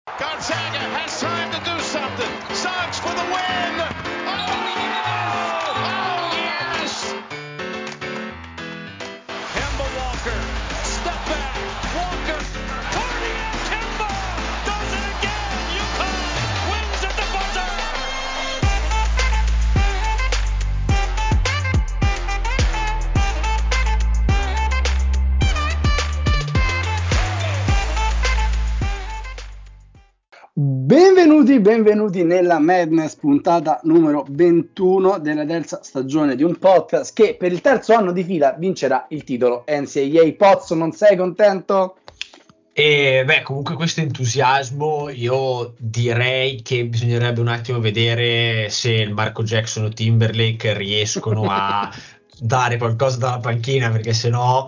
Gonzaga has time to do something. Suggs for the win. Oh yes! Kemba Walker, step back. Walker, Cardiac Kemba does it again. UConn wins at the buzzer. Benvenuti nella Madness, puntata numero 21 della terza stagione di un podcast che per il terzo anno di fila vincerà il titolo NCAA. Pozzo, non sei contento? E comunque questo entusiasmo, io direi che bisognerebbe un attimo vedere se il Marco Jackson o Timberlake riescono a dare qualcosa dalla panchina, perché sennò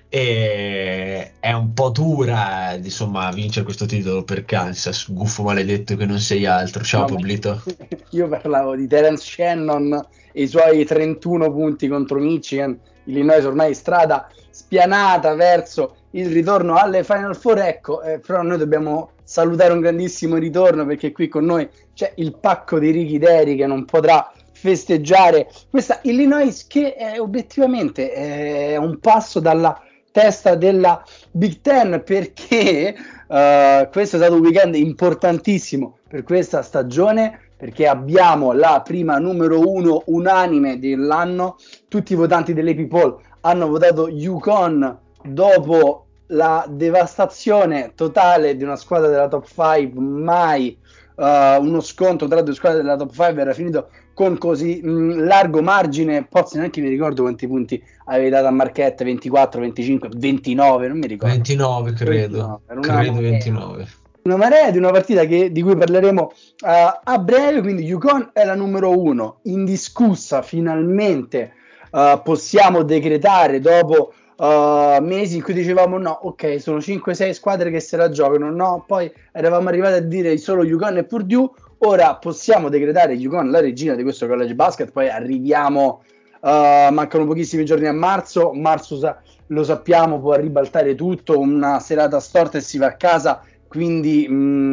è un po' dura, insomma, vincere questo titolo per Kansas, gufo maledetto che non sei altro. Ciao No, Pablito. io parlavo di Terence Shannon e i suoi 31 punti contro Michigan. Illinois ormai strada spianata verso il ritorno alle Final Four. Ecco, però noi dobbiamo salutare un grandissimo ritorno, perché qui con noi c'è il pacco di Ricky Deri che non potrà festeggiare questa Illinois che obiettivamente è un passo dalla testa della Big Ten, perché questo è stato un weekend importantissimo per questa stagione, perché abbiamo la prima numero 1 unanime dell'anno. Tutti i votanti dell'AP Poll hanno votato UConn dopo la devastazione totale di una squadra della top 5. Mai uno scontro tra due squadre della top 5 era finito con così largo margine. Pozzi, neanche mi ricordo quanti punti avevi dato a Marquette, 24, 25, 29, non mi ricordo. 29 credo, 29. Era credo 29. Una marea di una partita di cui parleremo a breve. Quindi UConn è la numero 1 indiscussa, finalmente possiamo decretare, dopo mesi in cui dicevamo no, ok, sono 5-6 squadre che se la giocano, no, poi eravamo arrivati a dire solo UConn e Purdue. Ora possiamo decretare UConn la regina di questo college basket. Poi arriviamo, mancano pochissimi giorni a marzo, lo sappiamo, può ribaltare tutto, una serata storta e si va a casa. Quindi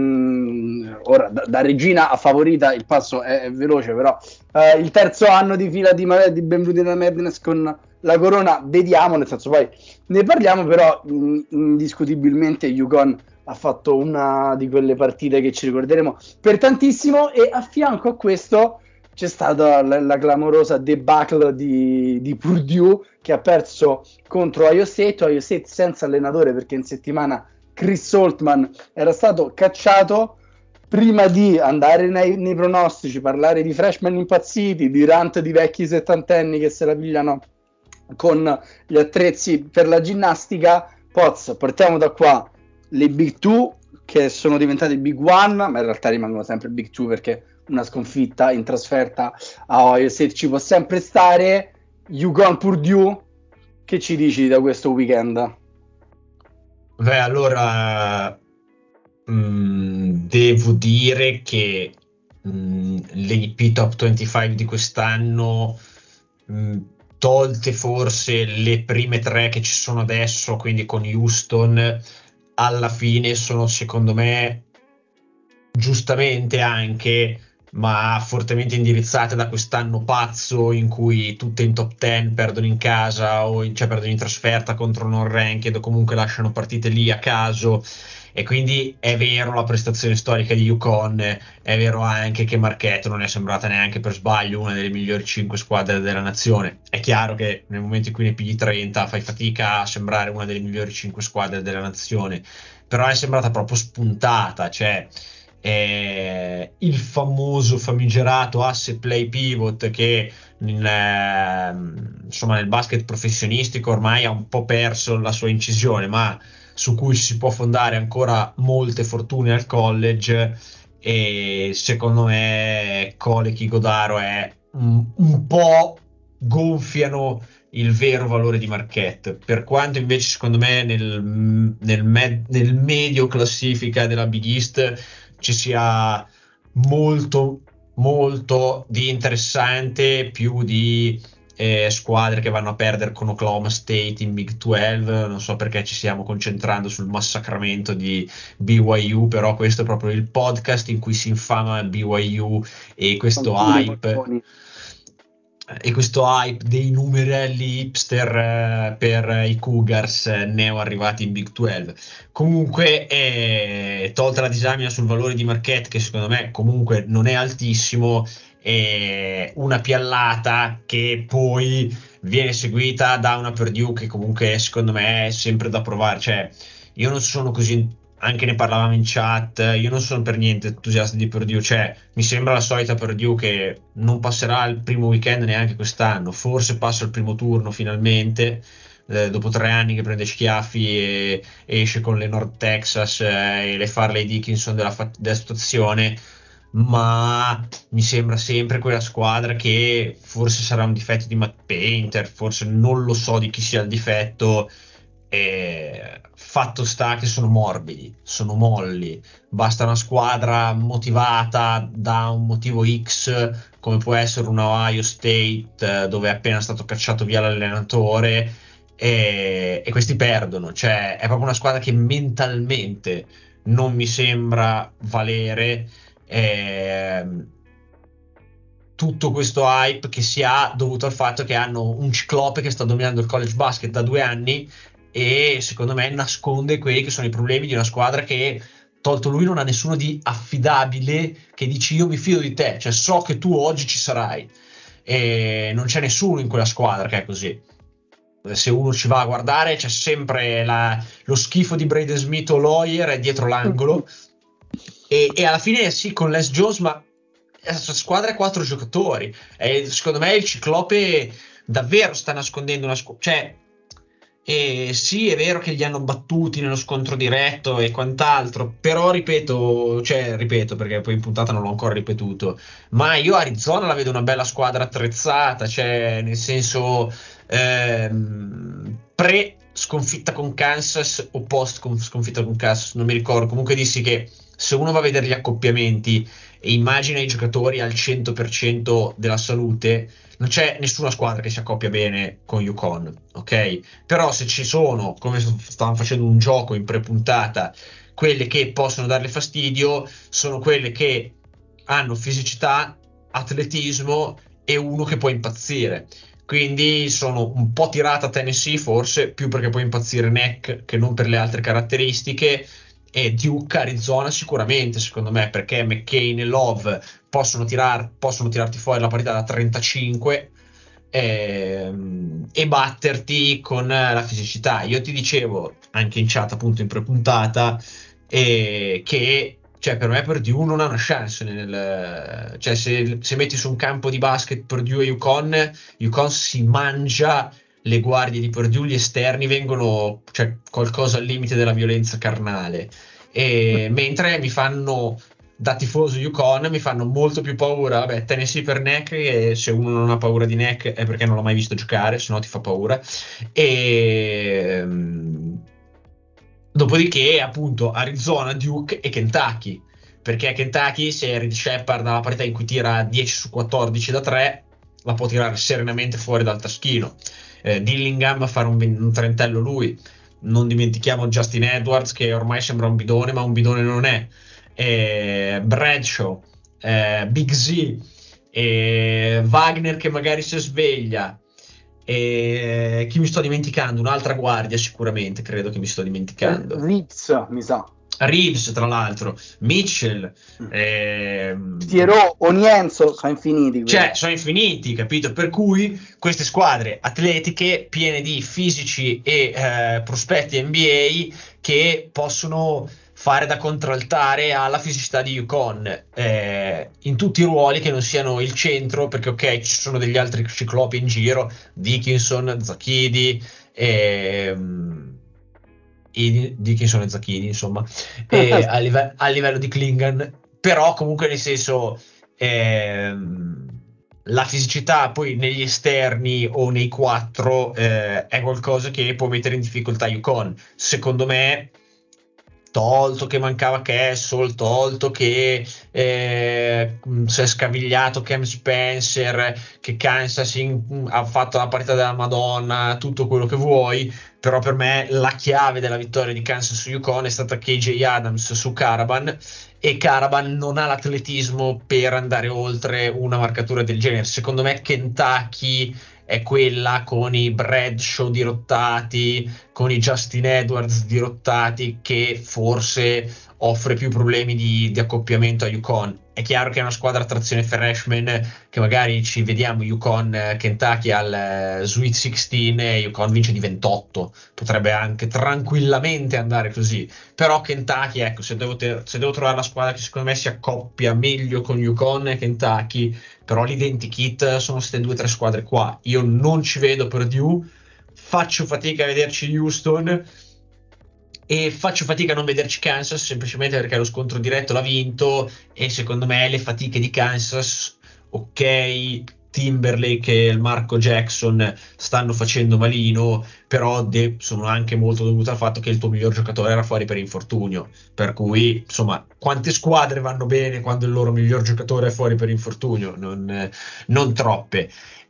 ora da regina a favorita il passo è veloce, però il terzo anno di fila di benvenuti nella Madness con la corona, vediamo, nel senso poi ne parliamo, però indiscutibilmente UConn ha fatto una di quelle partite che ci ricorderemo per tantissimo. E a fianco a questo c'è stata la clamorosa debacle di Purdue, che ha perso contro Ohio State senza allenatore, perché in settimana Chris Saltman era stato cacciato. Prima di andare nei pronostici, parlare di freshman impazziti, di rant di vecchi settantenni che se la pigliano con gli attrezzi per la ginnastica, Poz, partiamo da qua. Le Big Two che sono diventate Big One, ma in realtà rimangono sempre Big Two, perché una sconfitta in trasferta a Ohio State ci può sempre stare. UConn Purdue, che ci dici da questo weekend? Allora devo dire che l'AP Top 25 di quest'anno, tolte forse le prime tre che ci sono adesso, quindi con Houston, alla fine sono secondo me giustamente anche, ma fortemente indirizzate da quest'anno pazzo in cui tutte in top 10 perdono in casa cioè perdono in trasferta contro non ranked, o comunque lasciano partite lì a caso. E quindi è vero la prestazione storica di UConn, è vero anche che Marquette non è sembrata neanche per sbaglio una delle migliori 5 squadre della nazione. È chiaro che nel momento in cui ne pigli 30 fai fatica a sembrare una delle migliori 5 squadre della nazione, però è sembrata proprio spuntata, cioè il famoso famigerato asse play pivot che insomma nel basket professionistico ormai ha un po' perso la sua incisione, ma su cui si può fondare ancora molte fortune al college. E secondo me Cole e Kigodaro un po' gonfiano il vero valore di Marquette, per quanto invece secondo me nel medio classifica della Big East ci sia molto molto di interessante, più di squadre che vanno a perdere con Oklahoma State in Big 12. Non so perché ci stiamo concentrando sul massacramento di BYU, però questo è proprio il podcast in cui si infama BYU e questo hype. E questo hype dei numerelli hipster per i Cougars neo arrivati in Big 12. Comunque, tolta la disamina sul valore di Marquette, che secondo me comunque non è altissimo, è una piallata che poi viene seguita da una Purdue che comunque secondo me è sempre da provare. Cioè, io non sono così, anche ne parlavamo in chat, io non sono per niente entusiasta di Purdue, cioè mi sembra la solita Purdue che non passerà il primo weekend neanche quest'anno, forse passa il primo turno finalmente, dopo 3 anni che prende schiaffi e esce con le North Texas e le Farley Dickinson della situazione, ma mi sembra sempre quella squadra che forse sarà un difetto di Matt Painter, forse non lo so di chi sia il difetto. Fatto sta che sono morbidi, sono molli, basta una squadra motivata da un motivo X, come può essere una Ohio State, dove è appena stato cacciato via l'allenatore, e questi perdono. Cioè è proprio una squadra che mentalmente non mi sembra valere tutto questo hype che si ha dovuto al fatto che hanno un ciclope che sta dominando il college basket da 2 anni, e secondo me nasconde quelli che sono i problemi di una squadra che, tolto lui, non ha nessuno di affidabile che dici io mi fido di te, cioè so che tu oggi ci sarai, e non c'è nessuno in quella squadra che è così. Se uno ci va a guardare c'è sempre lo schifo di Braden Smith o Lawyer è dietro l'angolo, e alla fine sì, con Les Jones, ma la sua squadra è 4 giocatori, e secondo me il Ciclope davvero sta nascondendo una squadra, cioè sì, è vero che li hanno battuti nello scontro diretto e quant'altro, però ripeto perché poi in puntata non l'ho ancora ripetuto, ma io Arizona la vedo una bella squadra attrezzata, cioè nel senso pre sconfitta con Kansas o post sconfitta con Kansas, non mi ricordo, comunque dissi che se uno va a vedere gli accoppiamenti e immagina i giocatori al 100% della salute, non c'è nessuna squadra che si accoppia bene con UConn, ok? Però se ci sono, come stavamo facendo un gioco in pre-puntata, quelle che possono darle fastidio, sono quelle che hanno fisicità, atletismo e uno che può impazzire. Quindi sono un po' tirata a Tennessee, forse più perché può impazzire Neck che non per le altre caratteristiche, e Duke, Arizona sicuramente, secondo me, perché McCain e Love possono tirarti fuori la partita da 35 e batterti con la fisicità. Io ti dicevo anche in chat, appunto in prepuntata, che cioè, per me Purdue non ha una chance cioè, se metti su un campo di basket Purdue e UConn si mangia le guardie di Purdue, gli esterni vengono, cioè, qualcosa al limite della violenza carnale, e mentre da tifoso UConn mi fanno molto più paura, vabbè, Tennessee per Neck, e se uno non ha paura di Neck è perché non l'ha mai visto giocare, se no ti fa paura, e dopodiché appunto Arizona, Duke e Kentucky, perché Kentucky, se Reed Shepard ha la partita in cui tira 10 su 14 da 3, la può tirare serenamente fuori dal taschino. Dillingham a fare un trentello lui, non dimentichiamo Justin Edwards che ormai sembra un bidone, ma un bidone non è, Bradshaw, Big Z, Wagner che magari si sveglia, e chi mi sto dimenticando? Un'altra guardia sicuramente, credo che mi sto dimenticando. Rips, mi sa. Reeves, tra l'altro, Mitchell, Thiero, Onienzo, sono infiniti quelli. cioè sono infiniti, capito? Per cui queste squadre atletiche piene di fisici e prospetti NBA che possono fare da contraltare alla fisicità di UConn, in tutti i ruoli che non siano il centro, perché ok, ci sono degli altri ciclopi in giro, Dickinson, Zacchidi, Dickinson e Zacchini, insomma, a livello di Klingon, però comunque nel senso la fisicità poi negli esterni o nei quattro è qualcosa che può mettere in difficoltà UConn. Secondo me tolto che mancava Castle, tolto che si è scavigliato Cam Spencer, che Kansas ha fatto la partita della Madonna, tutto quello che vuoi, però per me la chiave della vittoria di Kansas su UConn è stata KJ Adams su Caravan, e Caravan non ha l'atletismo per andare oltre una marcatura del genere. Secondo me Kentucky è quella con i Bradshaw dirottati, con i Justin Edwards dirottati, che forse offre più problemi di accoppiamento a UConn. È chiaro che è una squadra a trazione freshman, che magari ci vediamo UConn Kentucky al Sweet 16 e UConn vince di 28, potrebbe anche tranquillamente andare così, però Kentucky, ecco, se devo trovare la squadra che secondo me si accoppia meglio con UConn e Kentucky, però l'identikit sono queste 2 o 3 squadre qua. Io non ci vedo Purdue, faccio fatica a vederci Houston e faccio fatica a non vederci Kansas, semplicemente perché lo scontro diretto l'ha vinto, e secondo me le fatiche di Kansas, ok, Timberlake e il Marco Jackson stanno facendo malino, però sono anche molto dovute al fatto che il tuo miglior giocatore era fuori per infortunio, per cui insomma quante squadre vanno bene quando il loro miglior giocatore è fuori per infortunio? Non troppe.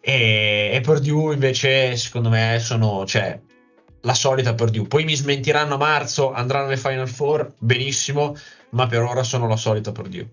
E Purdue invece secondo me sono, cioè, la solita Purdue. Poi mi smentiranno a marzo, andranno alle Final Four, benissimo, ma per ora sono la solita Purdue.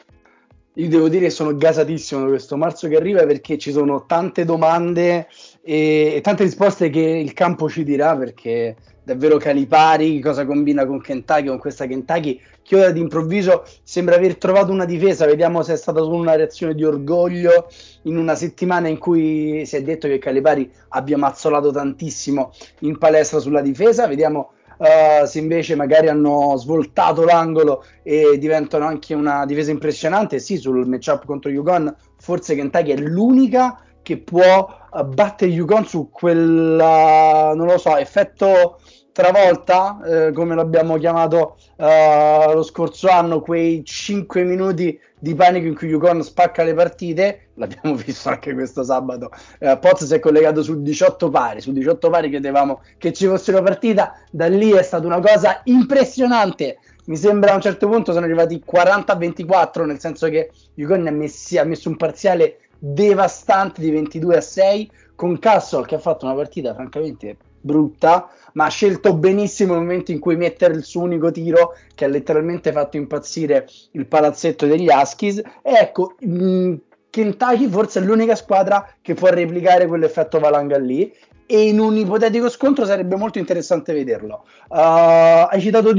Io devo dire che sono gasatissimo da questo marzo che arriva, perché ci sono tante domande e tante risposte che il campo ci dirà, perché davvero Calipari cosa combina con Kentucky, con questa Kentucky che ora d'improvviso sembra aver trovato una difesa. Vediamo se è stata solo una reazione di orgoglio in una settimana in cui si è detto che Calipari abbia mazzolato tantissimo in palestra sulla difesa. Vediamo se invece magari hanno svoltato l'angolo e diventano anche una difesa impressionante. Sì, sul matchup contro UConn forse Kentucky è l'unica che può battere UConn su quella, non lo so, effetto travolta, come l'abbiamo chiamato lo scorso anno, quei 5 minuti di panico in cui UConn spacca le partite. L'abbiamo visto anche questo sabato. Poz si è collegato su 18 pari, credevamo che ci fosse una partita, da lì è stata una cosa impressionante. Mi sembra a un certo punto sono arrivati 40-24, nel senso che UConn ha messo un parziale devastante di 22-6, con Castle che ha fatto una partita francamente brutta, ma ha scelto benissimo il momento in cui mettere il suo unico tiro, che ha letteralmente fatto impazzire il palazzetto degli Huskies. E ecco, Kentucky forse è l'unica squadra che può replicare quell'effetto valanga lì, e in un ipotetico scontro sarebbe molto interessante vederlo. Hai citato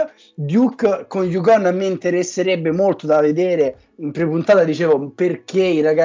Duke con UConn, a me interesserebbe molto da vedere. In prepuntata dicevo perché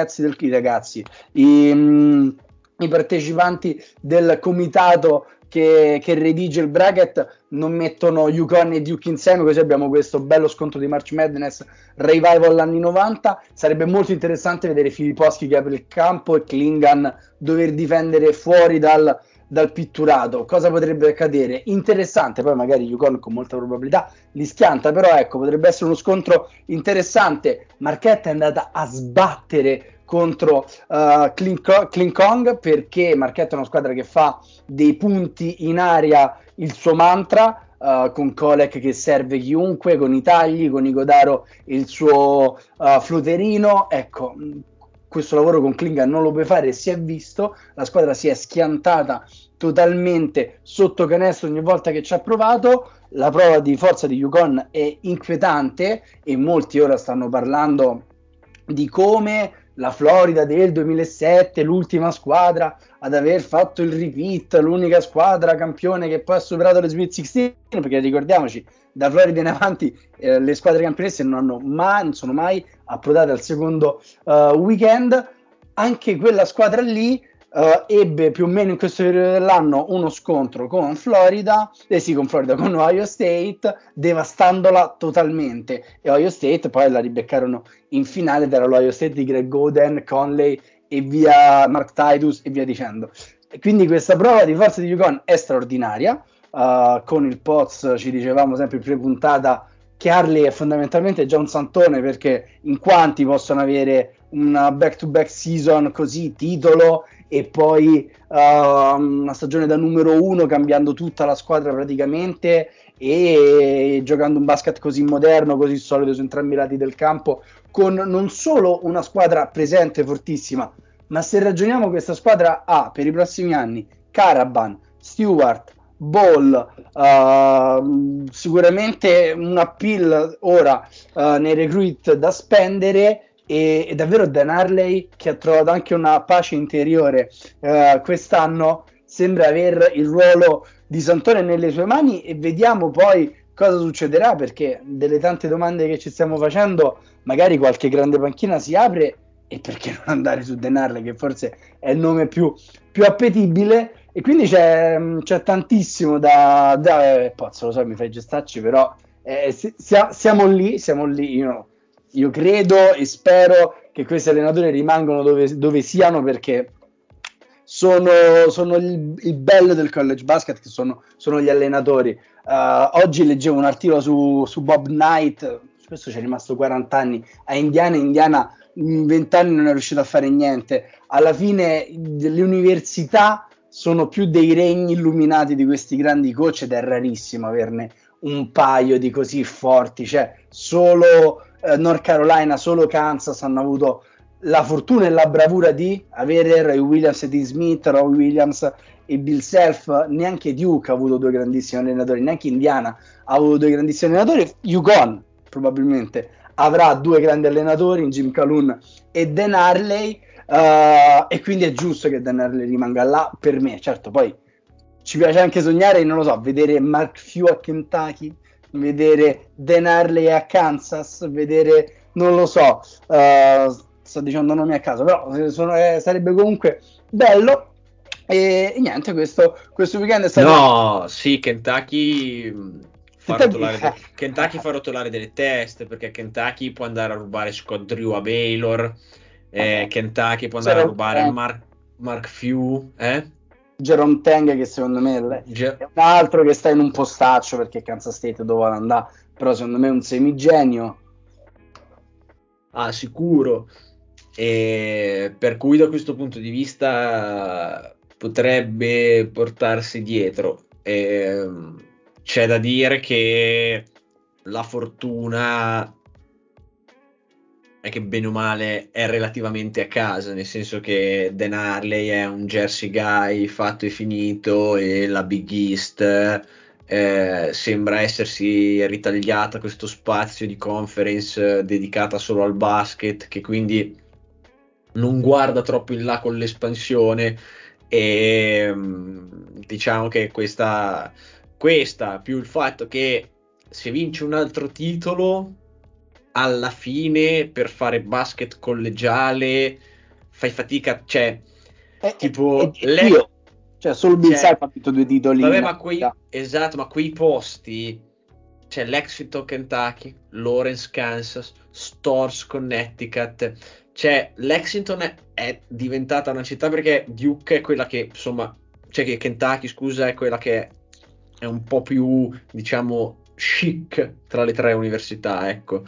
i partecipanti del comitato che redige il bracket non mettono UConn e Duke insieme, così abbiamo questo bello scontro di March Madness revival anni 90. Sarebbe molto interessante vedere Filipowski che apre il campo e Klingan dover difendere fuori dal pitturato. Cosa potrebbe accadere? Interessante, poi magari UConn con molta probabilità li schianta, però ecco, potrebbe essere uno scontro interessante. Marquette è andata a sbattere contro Kling Kong, perché Marquette è una squadra che fa dei punti in aria il suo mantra, con Kolek che serve chiunque, con i tagli, con Igodaro il suo fluterino. Ecco, questo lavoro con Klingan non lo puoi fare, si è visto, la squadra si è schiantata totalmente sotto canestro ogni volta che ci ha provato. La prova di forza di UConn è inquietante, e molti ora stanno parlando di come la Florida del 2007, l'ultima squadra ad aver fatto il repeat, l'unica squadra campione che poi ha superato le Sweet 16, perché ricordiamoci, da Florida in avanti le squadre campionesse non sono mai approdate al secondo weekend. Anche quella squadra lì ebbe più o meno in questo periodo dell'anno uno scontro con con Ohio State, devastandola totalmente, e Ohio State poi la ribeccarono in finale, ed era l'Ohio State di Greg Oden, Conley e via Mark Titus e via dicendo. E quindi questa prova di forza di UConn è straordinaria. Con il Poz ci dicevamo sempre in pre-puntata che Harley è fondamentalmente già un santone, perché in quanti possono avere una back-to-back season così, titolo e poi una stagione da numero uno cambiando tutta la squadra praticamente e giocando un basket così moderno, così solido su entrambi i lati del campo, con non solo una squadra presente fortissima, ma se ragioniamo questa squadra ha per i prossimi anni Karaban, Stewart, Ball, sicuramente un appeal ora nei recruit da spendere e davvero Dan Harley, che ha trovato anche una pace interiore quest'anno, sembra aver il ruolo di Santoro nelle sue mani e vediamo poi cosa succederà, perché delle tante domande che ci stiamo facendo magari qualche grande panchina si apre e perché non andare su Dan Harley, che forse è il nome più appetibile, e quindi c'è tantissimo Pozzo, lo so, mi fai gestacci, però siamo lì, io credo e spero che questi allenatori rimangano dove siano, perché sono il bello del college basket, che sono gli allenatori. Oggi leggevo un articolo su Bob Knight, questo ci è rimasto 40 anni a Indiana in 20 anni non è riuscito a fare niente. Alla fine le università sono più dei regni illuminati di questi grandi coach ed è rarissimo averne un paio di così forti, cioè solo North Carolina, solo Kansas hanno avuto la fortuna e la bravura di avere Roy Williams e Dean Smith, Roy Williams e Bill Self. Neanche Duke ha avuto due grandissimi allenatori, neanche Indiana ha avuto due grandissimi allenatori. UConn probabilmente avrà due grandi allenatori in Jim Calhoun e Dan Harley, e quindi è giusto che Dan Harley rimanga là per me. Certo, poi ci piace anche sognare, non lo so, vedere Mark Few a Kentucky, vedere Dan Harley a Kansas, vedere, non lo so, sto dicendo nomi a caso, però sarebbe comunque bello. E niente, questo weekend è stato... No, sì, Kentucky Kentucky fa rotolare delle teste, perché Kentucky può andare a rubare Scott Drew a Baylor, Kentucky può andare a rubare Mark Few, Jerome Tang, che secondo me è un altro che sta in un postaccio perché Kansas State dove andare, però secondo me è un semigenio. Ah, sicuro. E per cui da questo punto di vista potrebbe portarsi dietro. C'è da dire che la fortuna è che bene o male è relativamente a casa, nel senso che Dan Harley è un Jersey guy fatto e finito e la Big East sembra essersi ritagliata questo spazio di conference dedicata solo al basket, che quindi non guarda troppo in là con l'espansione, e diciamo che questa più il fatto che se vince un altro titolo alla fine per fare basket collegiale fai fatica, cioè tipo io, cioè solo Bill Self ha vinto 2 titoli. Vabbè, ma quei posti, cioè Lexington, Kentucky, Lawrence, Kansas, Storrs, Connecticut, cioè Lexington è diventata una città perché Duke è quella che, insomma, cioè che Kentucky, scusa, è quella che è un po' più, diciamo, chic tra le tre università, ecco.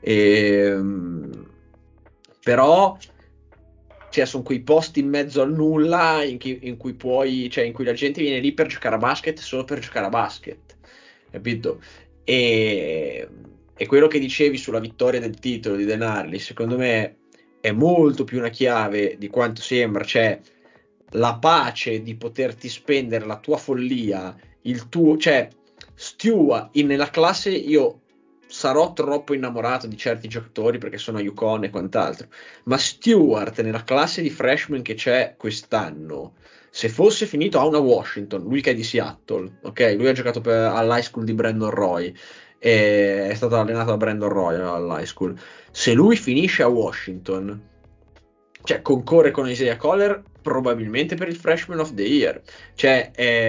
Però cioè, sono quei posti in mezzo al nulla in cui puoi, cioè in cui la gente viene lì per giocare a basket solo per giocare a basket, capito? E quello che dicevi sulla vittoria del titolo di Dan Harley, secondo me è molto più una chiave di quanto sembra, cioè la pace di poterti spendere la tua follia, il tuo, cioè nella classe io sarò troppo innamorato di certi giocatori perché sono a UConn e quant'altro, ma Stewart nella classe di freshman che c'è quest'anno, se fosse finito a una Washington, lui che è di Seattle, ok, lui ha giocato all'high school di Brandon Roy, è stato allenato da Brandon Roy all'high school, se lui finisce a Washington, cioè concorre con Isaiah Coller probabilmente per il Freshman of the Year, cioè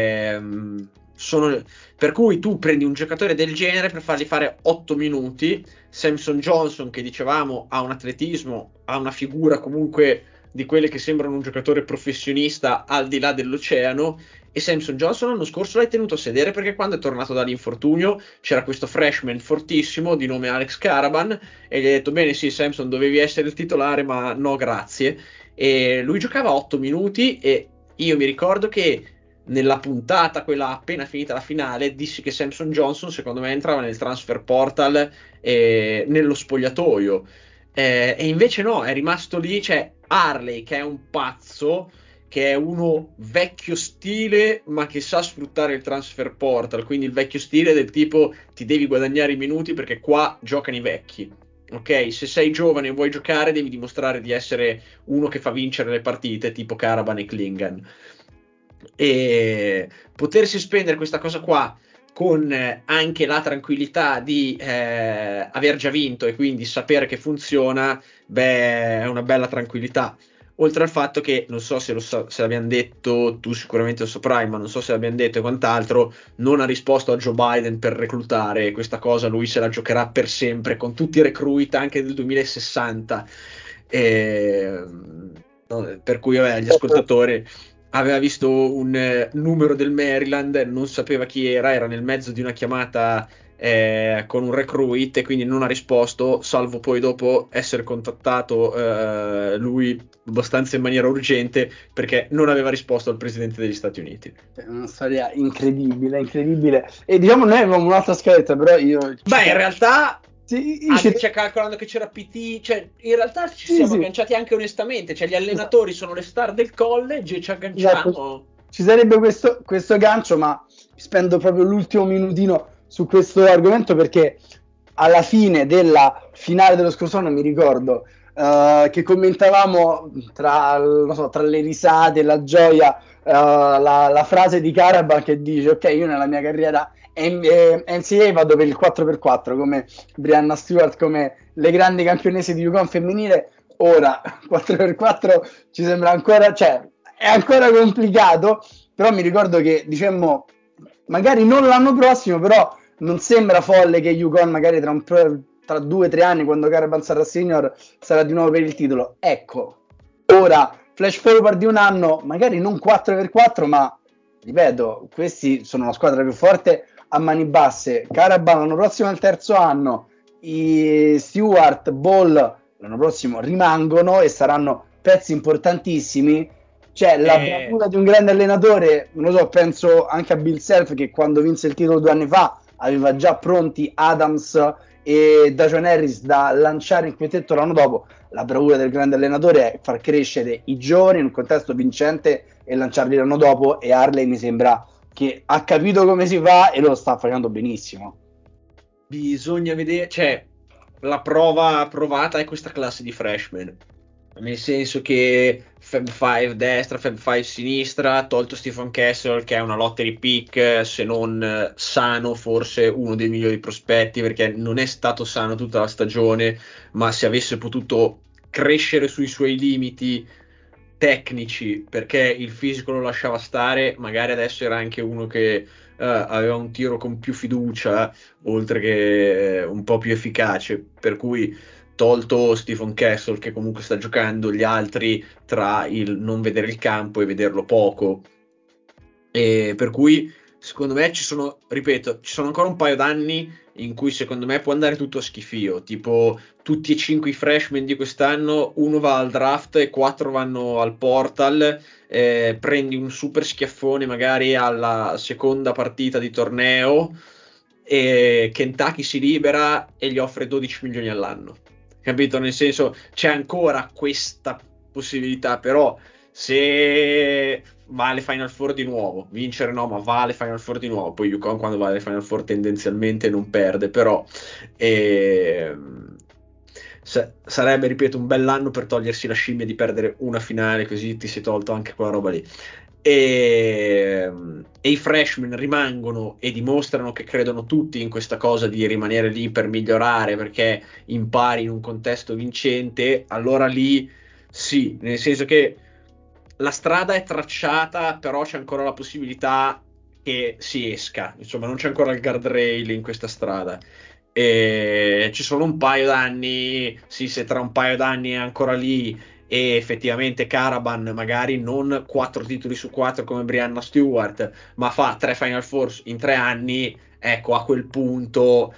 per cui tu prendi un giocatore del genere per fargli fare 8 minuti. Samson Johnson, che dicevamo ha un atletismo, ha una figura comunque di quelle che sembrano un giocatore professionista al di là dell'oceano, e Samson Johnson l'anno scorso l'hai tenuto a sedere perché quando è tornato dall'infortunio c'era questo freshman fortissimo di nome Alex Caravan e gli ha detto bene sì Samson dovevi essere il titolare ma no grazie, e lui giocava 8 minuti e io mi ricordo che nella puntata, quella appena finita la finale, dissi che Samson Johnson secondo me entrava nel transfer portal nello spogliatoio. E invece no, è rimasto lì. C'è Harley che è un pazzo, che è uno vecchio stile ma che sa sfruttare il transfer portal, quindi il vecchio stile del tipo ti devi guadagnare i minuti perché qua giocano i vecchi. Ok, se sei giovane e vuoi giocare devi dimostrare di essere uno che fa vincere le partite, tipo Karaban e Klingan. E potersi spendere questa cosa qua con anche la tranquillità di aver già vinto e quindi sapere che funziona, beh, è una bella tranquillità. Oltre al fatto che, non so se, se l'abbiamo detto, tu sicuramente lo saprai, ma non so se l'abbiamo detto e quant'altro, non ha risposto a Joe Biden per reclutare, questa cosa lui se la giocherà per sempre, con tutti i recruit anche del 2060. E, per cui, vabbè, gli ascoltatori aveva visto un numero del Maryland, non sapeva chi era nel mezzo di una chiamata con un recruit e quindi non ha risposto, salvo poi dopo essere contattato lui abbastanza in maniera urgente perché non aveva risposto al presidente degli Stati Uniti. È una storia incredibile, incredibile. E diciamo, noi avevamo un'altra scaletta, però io... Beh, in realtà, Sì, cioè, calcolando che c'era PT, cioè, in realtà ci sì, siamo sì. agganciati anche onestamente, cioè gli Esatto. allenatori sono le star del college e ci Esatto. agganciamo. Ci sarebbe questo gancio, ma spendo proprio l'ultimo minutino su questo argomento perché alla fine della finale dello scorso anno mi ricordo che commentavamo tra, non so, tra le risate e la gioia la frase di Caraban che dice ok, io nella mia carriera NCAA vado per il 4x4 come Brianna Stewart, come le grandi campionesse di UConn femminile. Ora 4x4 ci sembra ancora, cioè è ancora complicato, però mi ricordo che dicemmo magari non l'anno prossimo, però non sembra folle che UConn magari tra 2 o 3 anni, quando Caravan sarà senior, sarà di nuovo per il titolo. Ecco, ora flash forward di un anno, magari non 4x4, ma ripeto, questi sono la squadra più forte a mani basse. Caravan l'anno prossimo è il terzo anno, i Stewart, Ball l'anno prossimo rimangono e saranno pezzi importantissimi. Cioè, la bravura di un grande allenatore, non lo so, penso anche a Bill Self che quando vinse il titolo 2 anni fa aveva già pronti Adams e Dajon Harris da lanciare in quintetto l'anno dopo. La bravura del grande allenatore è far crescere i giovani in un contesto vincente e lanciarli l'anno dopo, e Harley mi sembra che ha capito come si fa e lo sta facendo benissimo. Bisogna vedere, cioè, la prova provata è questa classe di freshman, nel senso che Fab 5 destra, Fab 5 sinistra, tolto Stephen Kessel che è una lottery pick, se non sano forse uno dei migliori prospetti perché non è stato sano tutta la stagione, ma se avesse potuto crescere sui suoi limiti tecnici perché il fisico lo lasciava stare, magari adesso era anche uno che aveva un tiro con più fiducia oltre che un po' più efficace, per cui tolto Stephen Castle che comunque sta giocando, gli altri tra il non vedere il campo e vederlo poco, e per cui secondo me ci sono, ripeto, ci sono ancora un paio d'anni in cui secondo me può andare tutto a schifio, tipo tutti e 5 i freshman di quest'anno, uno va al draft e 4 vanno al portal, prendi un super schiaffone magari alla seconda partita di torneo e Kentucky si libera e gli offre 12 milioni all'anno, capito? Nel senso c'è ancora questa possibilità, però se va alle Final Four di nuovo, vincere no, ma va alle Final Four di nuovo, poi UConn quando va alle Final Four tendenzialmente non perde, però sarebbe, ripeto, un bell'anno per togliersi la scimmia di perdere una finale, così ti sei tolto anche quella roba lì. E i freshman rimangono e dimostrano che credono tutti in questa cosa di rimanere lì per migliorare perché impari in un contesto vincente, allora lì sì, nel senso che la strada è tracciata, però c'è ancora la possibilità che si esca, insomma non c'è ancora il guardrail in questa strada. E ci sono un paio d'anni, sì, se tra un paio d'anni è ancora lì e effettivamente Caravan magari non 4 titoli su 4 come Brianna Stewart, ma fa 3 Final Four in 3 anni, ecco, a quel punto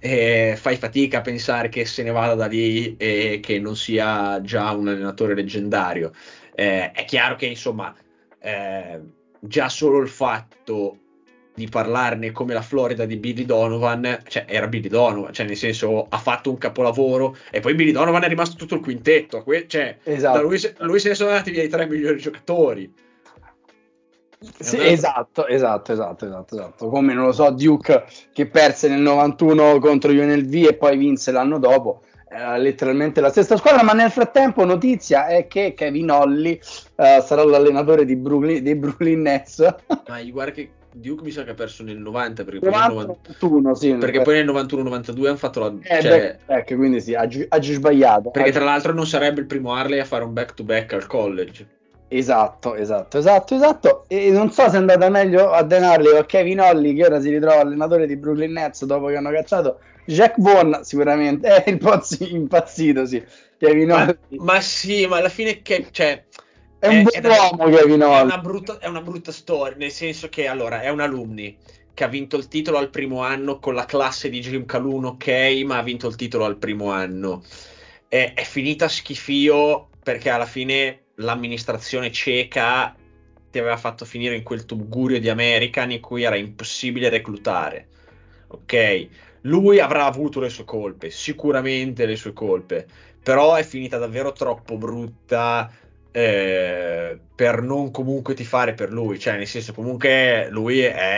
fai fatica a pensare che se ne vada da lì e che non sia già un allenatore leggendario. È chiaro che insomma già solo il fatto di parlarne come la Florida di Billy Donovan, cioè era Billy Donovan, cioè nel senso ha fatto un capolavoro e poi Billy Donovan è rimasto tutto il quintetto, cioè da Esatto. lui se ne sono andati via i 3 migliori giocatori. Sì, esatto. Come non lo so, Duke che perse nel 91 contro UNLV e poi vinse l'anno dopo. Letteralmente la stessa squadra, ma nel frattempo notizia è che Kevin Ollie sarà l'allenatore dei Brooklyn Nets. Ma guarda che Duke mi sa che ha perso nel 90 perché poi nel 91, sì, perché poi nel 91-92 hanno fatto la back, cioè, back, quindi sì, ha sbagliato. perché tra l'altro non sarebbe il primo Harley a fare un back to back al college. Esatto. E non so se è andata meglio a Denarli o a Kevin Ollie, che ora si ritrova allenatore di Brooklyn Nets dopo che hanno cacciato Jack Vaughn, sicuramente. È il Pozzi impazzito, sì. Kevin Ollie Ma sì, ma alla fine che cioè è un buon davvero uomo, Kevin Ollie. è una brutta storia, nel senso che allora è un alumni che ha vinto il titolo al primo anno con la classe di Jim Calhoun, ok, ma ha vinto il titolo al primo anno. È finita a schifio perché alla fine l'amministrazione ceca ti aveva fatto finire in quel tugurio di American in cui era impossibile reclutare. Ok, lui avrà avuto le sue colpe, sicuramente le sue colpe, però è finita davvero troppo brutta per non comunque tifare per lui, cioè nel senso comunque lui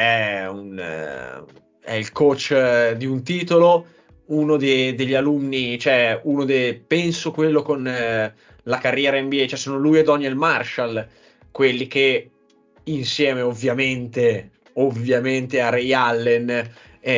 è il coach di un titolo, degli alunni, cioè penso quello con la carriera NBA, cioè sono lui e Daniel Marshall, quelli che insieme ovviamente a Ray Allen,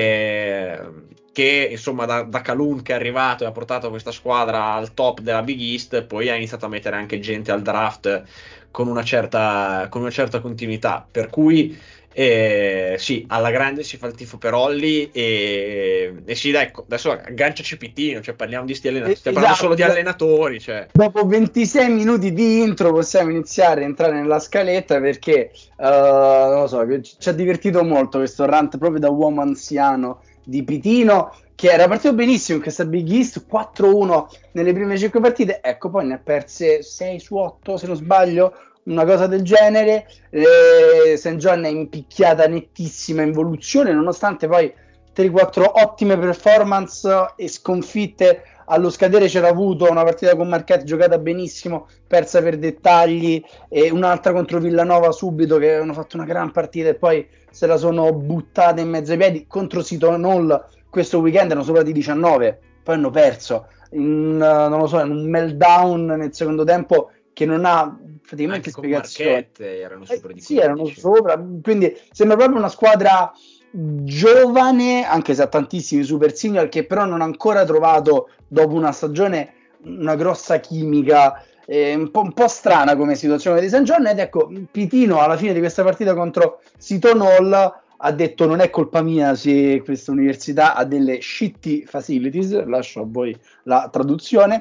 che insomma da Calhoun che è arrivato e ha portato questa squadra al top della Big East, poi ha iniziato a mettere anche gente al draft con una certa continuità, per cui sì, alla grande si fa il tifo per Olli e sì, dai, ecco, adesso agganciaci Pitino, cioè parliamo di sti allenatori, stiamo parlando solo di Esatto. allenatori, cioè. Dopo 26 minuti di intro possiamo iniziare a entrare nella scaletta perché, non lo so, ci ha divertito molto questo rant proprio da uomo anziano di Pitino, che era partito benissimo in questa Big East, 4-1 nelle prime 5 partite, ecco poi ne ha perse 6 su 8 se non sbaglio, una cosa del genere. St. John è impicchiata nettissima involuzione, nonostante poi 3-4 ottime performance e sconfitte. Allo scadere c'era avuto una partita con Marquette giocata benissimo, persa per dettagli, e un'altra contro Villanova subito che hanno fatto una gran partita e poi se la sono buttata in mezzo ai piedi. Contro Seton Hall questo weekend erano sopra di 19, poi hanno perso non lo so, in un meltdown nel secondo tempo che non ha praticamente Anche con spiegazione. Marquette erano sopra di Sì, erano 15. sopra, quindi sembra proprio una squadra giovane, anche se ha tantissimi super senior, che però non ha ancora trovato, dopo una stagione, una grossa chimica, un po' strana come situazione di St. John. Ed ecco, Pitino alla fine di questa partita contro Seton Hall ha detto: non è colpa mia se questa università ha delle shitty facilities, lascio a voi la traduzione.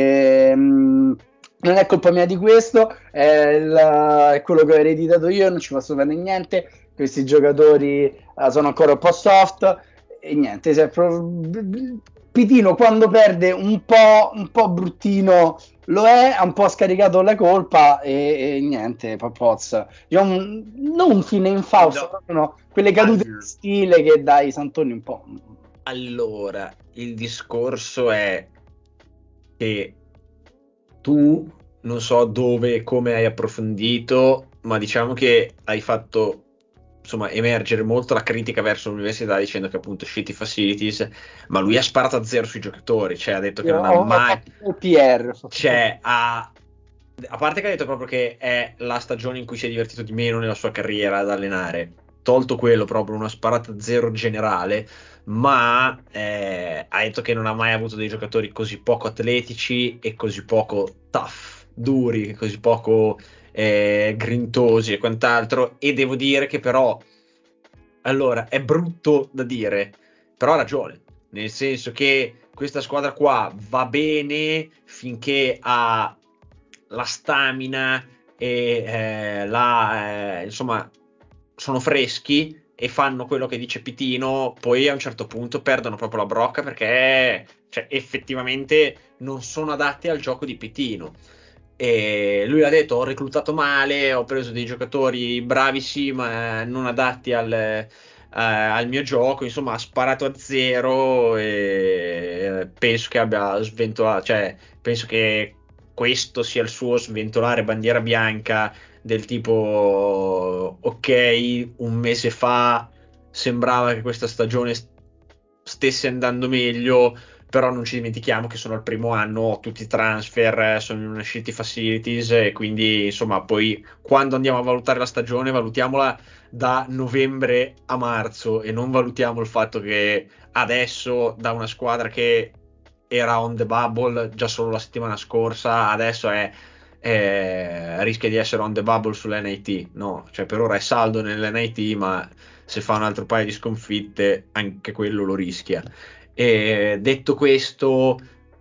Non è colpa mia di questo, è quello che ho ereditato io, non ci posso fare niente. Questi giocatori sono ancora un po' soft e niente. Pitino quando perde un po' bruttino lo è, ha un po' scaricato la colpa e niente, Poz. Non un fine in Fausto, No, no, quelle cadute di stile che dai Santoni un po'. allora, il discorso è che tu non so dove e come hai approfondito, ma diciamo che hai fatto insomma emergere molto la critica verso l'università dicendo che appunto shitty facilities, ma lui ha sparato a zero sui giocatori, cioè ha detto che Io non ha ho mai, fatto il PR. cioè a parte che ha detto proprio che è la stagione in cui si è divertito di meno nella sua carriera ad allenare, tolto quello proprio una sparata a zero generale, ma ha detto che non ha mai avuto dei giocatori così poco atletici e così poco tough, duri, così poco grintosi e quant'altro. E devo dire che però, allora, è brutto da dire, però ha ragione, nel senso che questa squadra qua va bene finché ha la stamina e insomma sono freschi e fanno quello che dice Pitino, poi a un certo punto perdono proprio la brocca, perché cioè, effettivamente non sono adatti al gioco di Pitino. E lui ha detto: ho reclutato male, ho preso dei giocatori bravissimi ma non adatti al mio gioco. Insomma, ha sparato a zero, e penso che abbia sventolato, cioè penso che questo sia il suo sventolare bandiera bianca, del tipo: ok, un mese fa sembrava che questa stagione stesse andando meglio, però non ci dimentichiamo che sono al primo anno, tutti i transfer, sono in una shitty facilities, e quindi insomma poi quando andiamo a valutare la stagione valutiamola da novembre a marzo, e non valutiamo il fatto che adesso, da una squadra che era on the bubble già solo la settimana scorsa, adesso rischia di essere on the bubble sull'NIT. No, cioè per ora è saldo nell'NIT, ma se fa un altro paio di sconfitte anche quello lo rischia. E detto questo,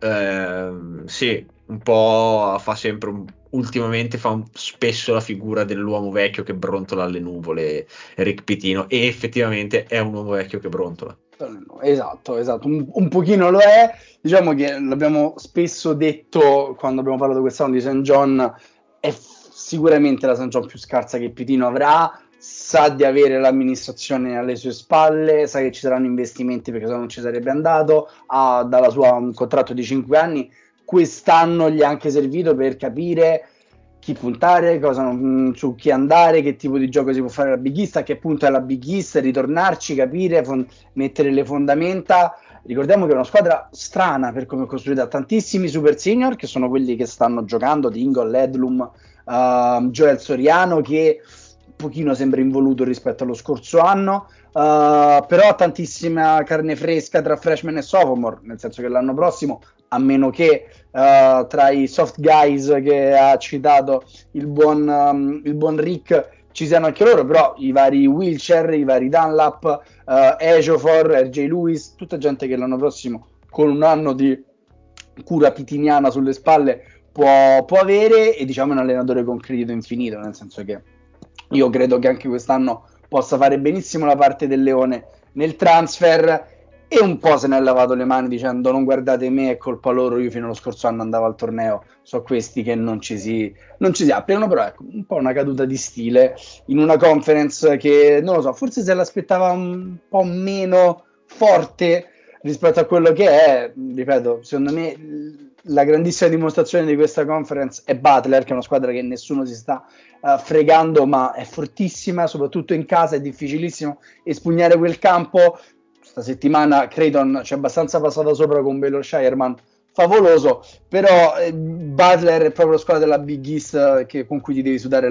sì, un po' fa sempre ultimamente fa spesso la figura dell'uomo vecchio che brontola alle nuvole, Rick Pitino, e effettivamente è un uomo vecchio che brontola. Esatto, un pochino lo è. Diciamo che l'abbiamo spesso detto quando abbiamo parlato quest'anno di St. John, è sicuramente la St. John più scarsa che Pitino avrà, sa di avere l'amministrazione alle sue spalle, sa che ci saranno investimenti perché se no non ci sarebbe andato, ha dalla sua un contratto di 5 anni, quest'anno gli è anche servito per capire chi puntare, su chi andare, che tipo di gioco si può fare la Big East, a che punto è la Big East, ritornarci, capire, mettere le fondamenta. Ricordiamo che è una squadra strana per come è costruita, tantissimi super senior che sono quelli che stanno giocando, Dingle, Ledlum, Joel Soriano, che un pochino sembra involuto rispetto allo scorso anno, però tantissima carne fresca tra freshman e sophomore, nel senso che l'anno prossimo, a meno che tra i soft guys che ha citato il buon Rick ci siano anche loro, però i vari Wilcher, i vari Dunlap, Ejiofor, RJ Lewis, tutta gente che l'anno prossimo con un anno di cura pitiniana sulle spalle può avere, e diciamo un allenatore con credito infinito, nel senso che io credo che anche quest'anno possa fare benissimo la parte del Leone nel transfer, e un po' se ne è lavato le mani dicendo: non guardate me, è colpa loro, io fino allo scorso anno andavo al torneo, so questi che non ci si applicano. Però ecco, un po' una caduta di stile in una conference che, non lo so, forse se l'aspettava un po' meno forte rispetto a quello che è. Ripeto, secondo me la grandissima dimostrazione di questa conference è Butler, che è una squadra che nessuno si sta fregando, ma è fortissima, soprattutto in casa è difficilissimo espugnare quel campo. Questa settimana Creighton c'è abbastanza passata sopra con Baylor Shireman, favoloso, però Butler è proprio la squadra della Big East con cui ti devi sudare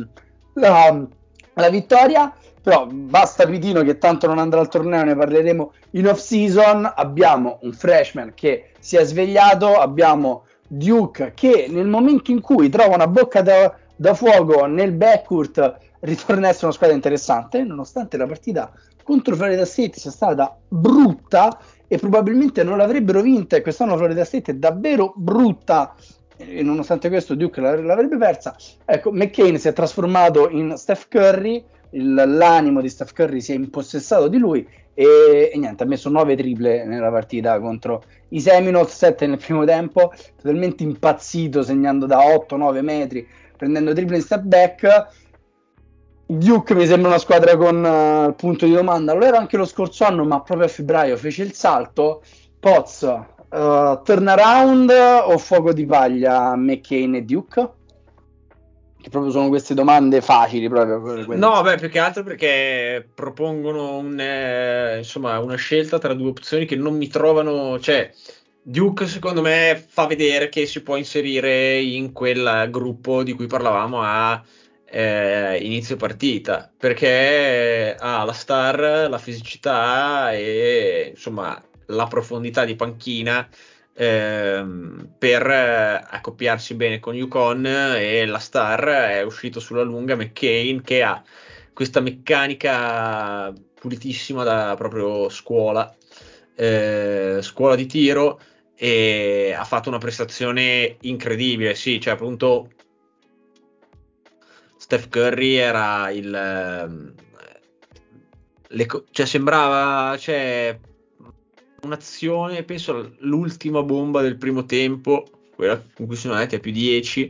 la vittoria. Però basta Pitino, che tanto non andrà al torneo, ne parleremo in off season. Abbiamo un freshman che si è svegliato, abbiamo Duke che nel momento in cui trova una bocca da fuoco nel backcourt ritorna a essere una squadra interessante, nonostante la partita contro Florida State sia stata brutta e probabilmente non l'avrebbero vinta, e quest'anno Florida State è davvero brutta, e nonostante questo Duke l'avrebbe persa. Ecco, McCain si è trasformato in Steph Curry, l'animo di Steph Curry si è impossessato di lui, e niente, ha messo 9 triple nella partita contro i Seminoles, 7 nel primo tempo, totalmente impazzito, segnando da 8-9 metri, prendendo triple in step back. Duke mi sembra una squadra con punto di domanda, lo era anche lo scorso anno, ma proprio a febbraio fece il salto. Poz, turnaround o fuoco di paglia McCain e Duke? Che proprio sono queste domande facili proprio. No, beh, più che altro perché propongono insomma, una scelta tra due opzioni che non mi trovano, cioè Duke secondo me fa vedere che si può inserire in quel gruppo di cui parlavamo a inizio partita, perché ha la star, la fisicità e insomma la profondità di panchina per accoppiarsi bene con UConn, e la star è uscito sulla lunga McCain, che ha questa meccanica pulitissima da proprio scuola di tiro, e ha fatto una prestazione incredibile. Sì, cioè appunto Steph Curry era cioè sembrava un'azione, penso l'ultima bomba del primo tempo, quella con cui sono andati a più 10,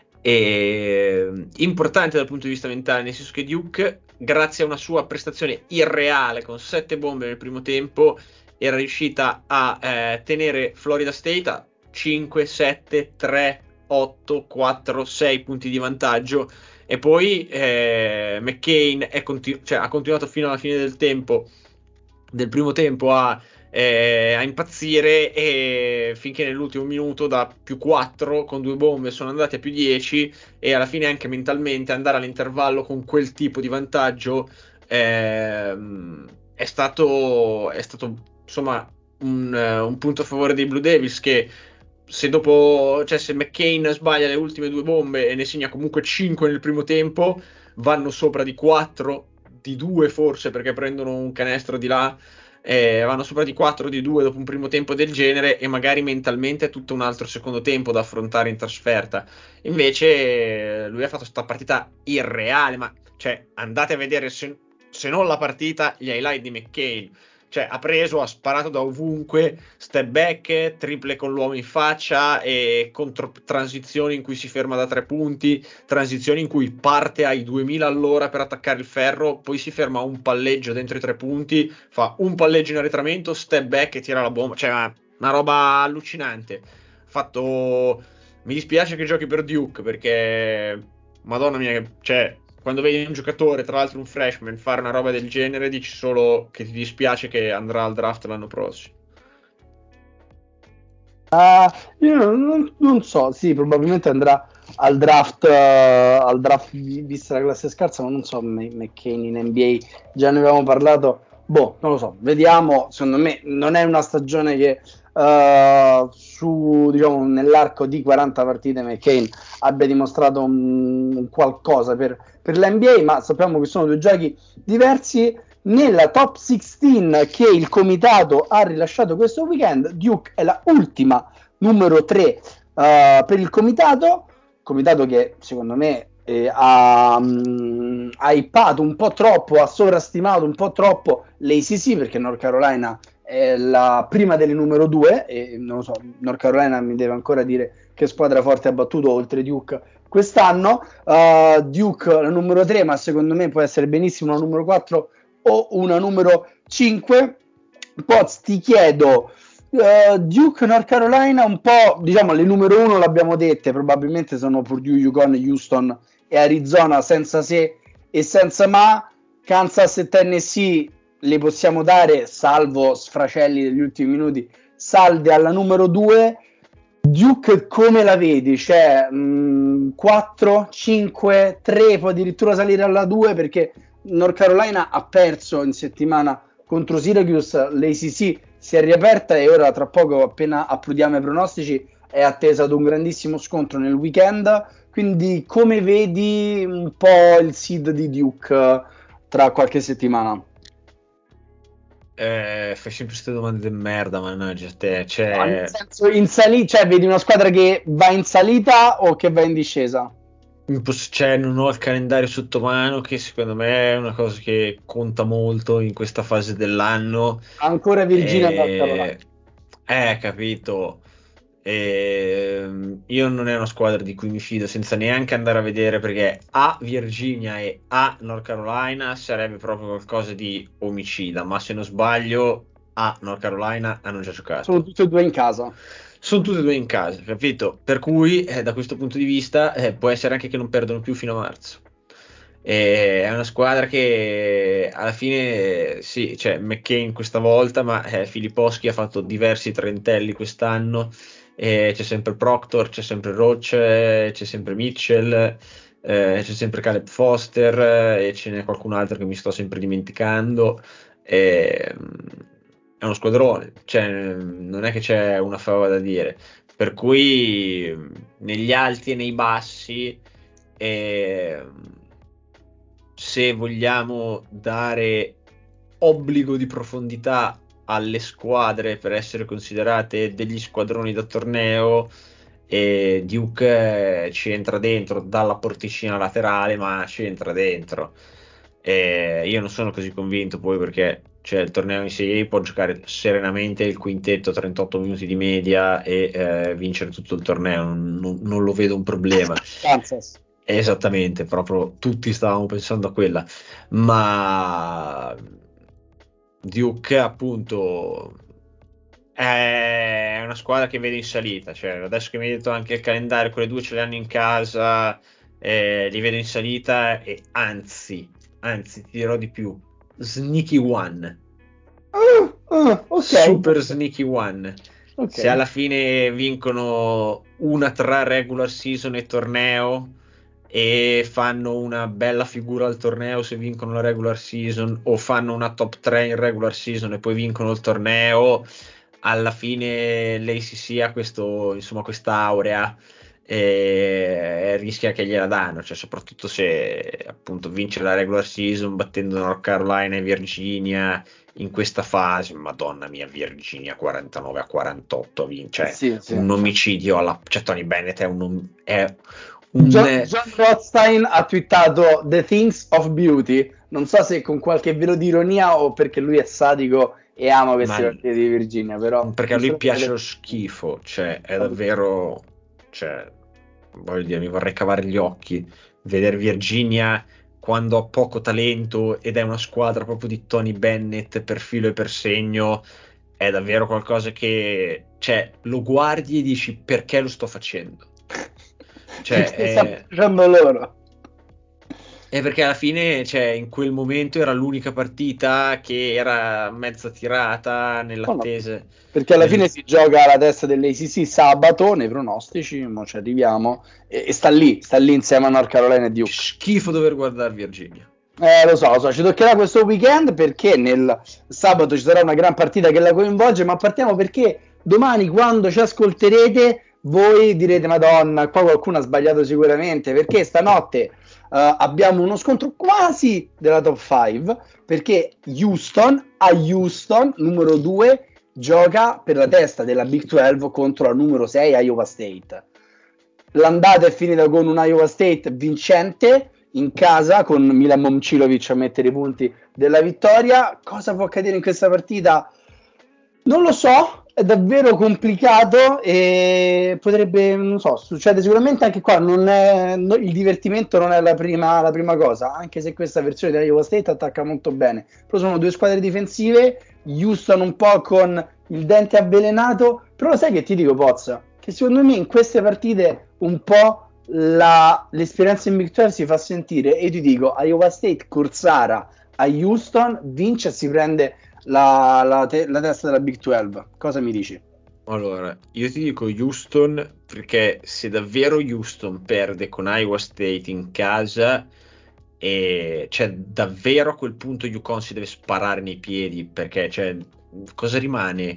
e importante dal punto di vista mentale, nel senso che Duke, grazie a una sua prestazione irreale con 7 bombe nel primo tempo, era riuscita a tenere Florida State a 5, 7, 3, 8, 4, 6 punti di vantaggio, e poi McCain ha continuato fino alla fine del primo tempo a impazzire, e finché nell'ultimo minuto da più 4 con 2 bombe sono andati a più 10, e alla fine anche mentalmente andare all'intervallo con quel tipo di vantaggio è stato insomma un punto a favore dei Blue Devils, che se McCain sbaglia le ultime 2 bombe e ne segna comunque 5 nel primo tempo, vanno sopra di 4, di 2 forse, perché prendono un canestro di là, vanno sopra di 4, di 2 dopo un primo tempo del genere, e magari mentalmente è tutto un altro secondo tempo da affrontare in trasferta. Invece lui ha fatto questa partita irreale, ma cioè andate a vedere, se non la partita, gli highlight di McCain. Cioè ha sparato da ovunque, step back, triple con l'uomo in faccia, e transizioni in cui si ferma da 3 punti, transizioni in cui parte ai 2000 all'ora per attaccare il ferro, poi si ferma a un palleggio dentro i 3 punti, fa un palleggio in arretramento, step back e tira la bomba. Cioè una roba allucinante. Mi dispiace che giochi per Duke, perché Madonna mia, cioè quando vedi un giocatore, tra l'altro un freshman, fare una roba del genere, dici solo che ti dispiace che andrà al draft l'anno prossimo. Io non so, sì, probabilmente andrà al draft, vista la classe scarsa, ma non so, McCain in NBA, già ne avevamo parlato, boh, non lo so, vediamo. Secondo me non è una stagione che diciamo, nell'arco di 40 partite McCain abbia dimostrato un qualcosa per l'NBA, ma sappiamo che sono due giochi diversi. Nella top 16 che il comitato ha rilasciato questo weekend, Duke è la ultima, numero 3 per il comitato che secondo me ha hypato un po' troppo, ha sovrastimato un po' troppo l'ACC, perché North Carolina è la prima delle numero 2, e non lo so, North Carolina mi deve ancora dire che squadra forte ha battuto oltre Duke quest'anno. Duke la numero 3, ma secondo me può essere benissimo una numero 4 o una numero 5. Poz, ti chiedo, Duke, North Carolina, un po', diciamo, le numero 1 l'abbiamo dette, probabilmente sono Purdue, UConn, Houston e Arizona, senza se e senza ma. Kansas e Tennessee le possiamo dare, salvo sfracelli degli ultimi minuti, salde alla numero 2. Duke come la vedi? Cioè 4, 5, 3, può addirittura salire alla 2, perché North Carolina ha perso in settimana contro Syracuse, l'ACC si è riaperta e ora tra poco, appena applaudiamo i pronostici, è attesa ad un grandissimo scontro nel weekend. Quindi come vedi un po' il seed di Duke tra qualche settimana? Fai sempre queste domande di merda, mannaggia te. No, nel senso, cioè vedi una squadra che va in salita o che va in discesa? Non ho il calendario sotto mano, che secondo me è una cosa che conta molto in questa fase dell'anno. Ancora Virginia e North Carolina. Capito. Io non è una squadra di cui mi fido, senza neanche andare a vedere, perché a Virginia e a North Carolina sarebbe proprio qualcosa di omicida, ma se non sbaglio a North Carolina hanno già giocato. Sono tutti e due in casa. Sono tutte e due in casa, capito? Per cui da questo punto di vista può essere anche che non perdono più fino a marzo. È una squadra che alla fine sì, c'è McCain questa volta, ma Filipowski ha fatto diversi trentelli quest'anno. C'è sempre Proctor, c'è sempre Roach, c'è sempre Mitchell, c'è sempre Caleb Foster, e ce n'è qualcun altro che mi sto sempre dimenticando. È uno squadrone, cioè, non è che c'è una fava da dire. Per cui negli alti e nei bassi, eh, se vogliamo dare obbligo di profondità alle squadre per essere considerate degli squadroni da torneo, e Duke ci entra dentro dalla porticina laterale, ma ci entra dentro. Io non sono così convinto poi perché il torneo in Serie A può giocare serenamente il quintetto 38 minuti di media e vincere tutto il torneo, non lo vedo un problema. Kansas. Esattamente, proprio tutti stavamo pensando a quella, ma Duke appunto è una squadra che vedo in salita, cioè adesso che mi hai detto anche il calendario, quelle due ce le hanno in casa, li vedo in salita e anzi, ti dirò di più, sneaky one, Ok. super sneaky one. Ok. Se alla fine vincono una tra regular season e torneo e fanno una bella figura al torneo se vincono la regular season, o fanno una top 3 in regular season e poi vincono il torneo, alla fine l'ACC ha insomma, questa aurea e rischia che gliela danno, cioè soprattutto se appunto vince la regular season battendo North Carolina e Virginia in questa fase. Madonna mia, Virginia 49-48 vince, Sì, sì. un omicidio cioè Tony Bennett è John Rothstein ha twittato The Things of Beauty, non so se con qualche velo di ironia o perché lui è sadico e ama queste ma partite di Virginia, però perché a lui piace lo schifo, cioè è davvero, cioè voglio dire, mi vorrei cavare gli occhi vedere Virginia quando ha poco talento ed è una squadra proprio di Tony Bennett per filo e per segno. È davvero qualcosa che, cioè, lo guardi e dici perché lo sto facendo, cioè perché stanno facendo loro. è perché alla fine, cioè, in quel momento era l'unica partita che era mezza tirata No, no, nell'attesa. perché alla fine si gioca alla testa dell'ACC sabato nei pronostici, ma ci arriviamo, e sta lì insieme a North Carolina e Duke. Schifo dover guardare Virginia. Lo so, ci toccherà questo weekend perché nel sabato ci sarà una gran partita che la coinvolge, ma partiamo perché domani quando ci ascolterete voi direte Madonna, qua qualcuno ha sbagliato sicuramente, perché stanotte abbiamo uno scontro quasi della top 5, perché Houston, numero 2, gioca per la testa della Big 12 contro la numero 6 Iowa State. L'andata è finita con un Iowa State vincente in casa con Milan Momcilovic a mettere i punti della vittoria. Cosa può accadere in questa partita? Non lo so, è davvero complicato e potrebbe, non so, succede sicuramente anche qua. Il divertimento non è la prima cosa, anche se questa versione di Iowa State attacca molto bene. Però sono due squadre difensive, Houston un po' con il dente avvelenato, però lo sai che ti dico, Pozza? Che secondo me in queste partite un po' l'esperienza in Big 12 si fa sentire e ti dico, Iowa State corsara a Houston, vince e si prende la testa della Big 12. Cosa mi dici? Allora, io ti dico Houston perché se davvero Houston perde con Iowa State in casa, cioè davvero a quel punto UConn si deve sparare nei piedi perché cioè, cosa rimane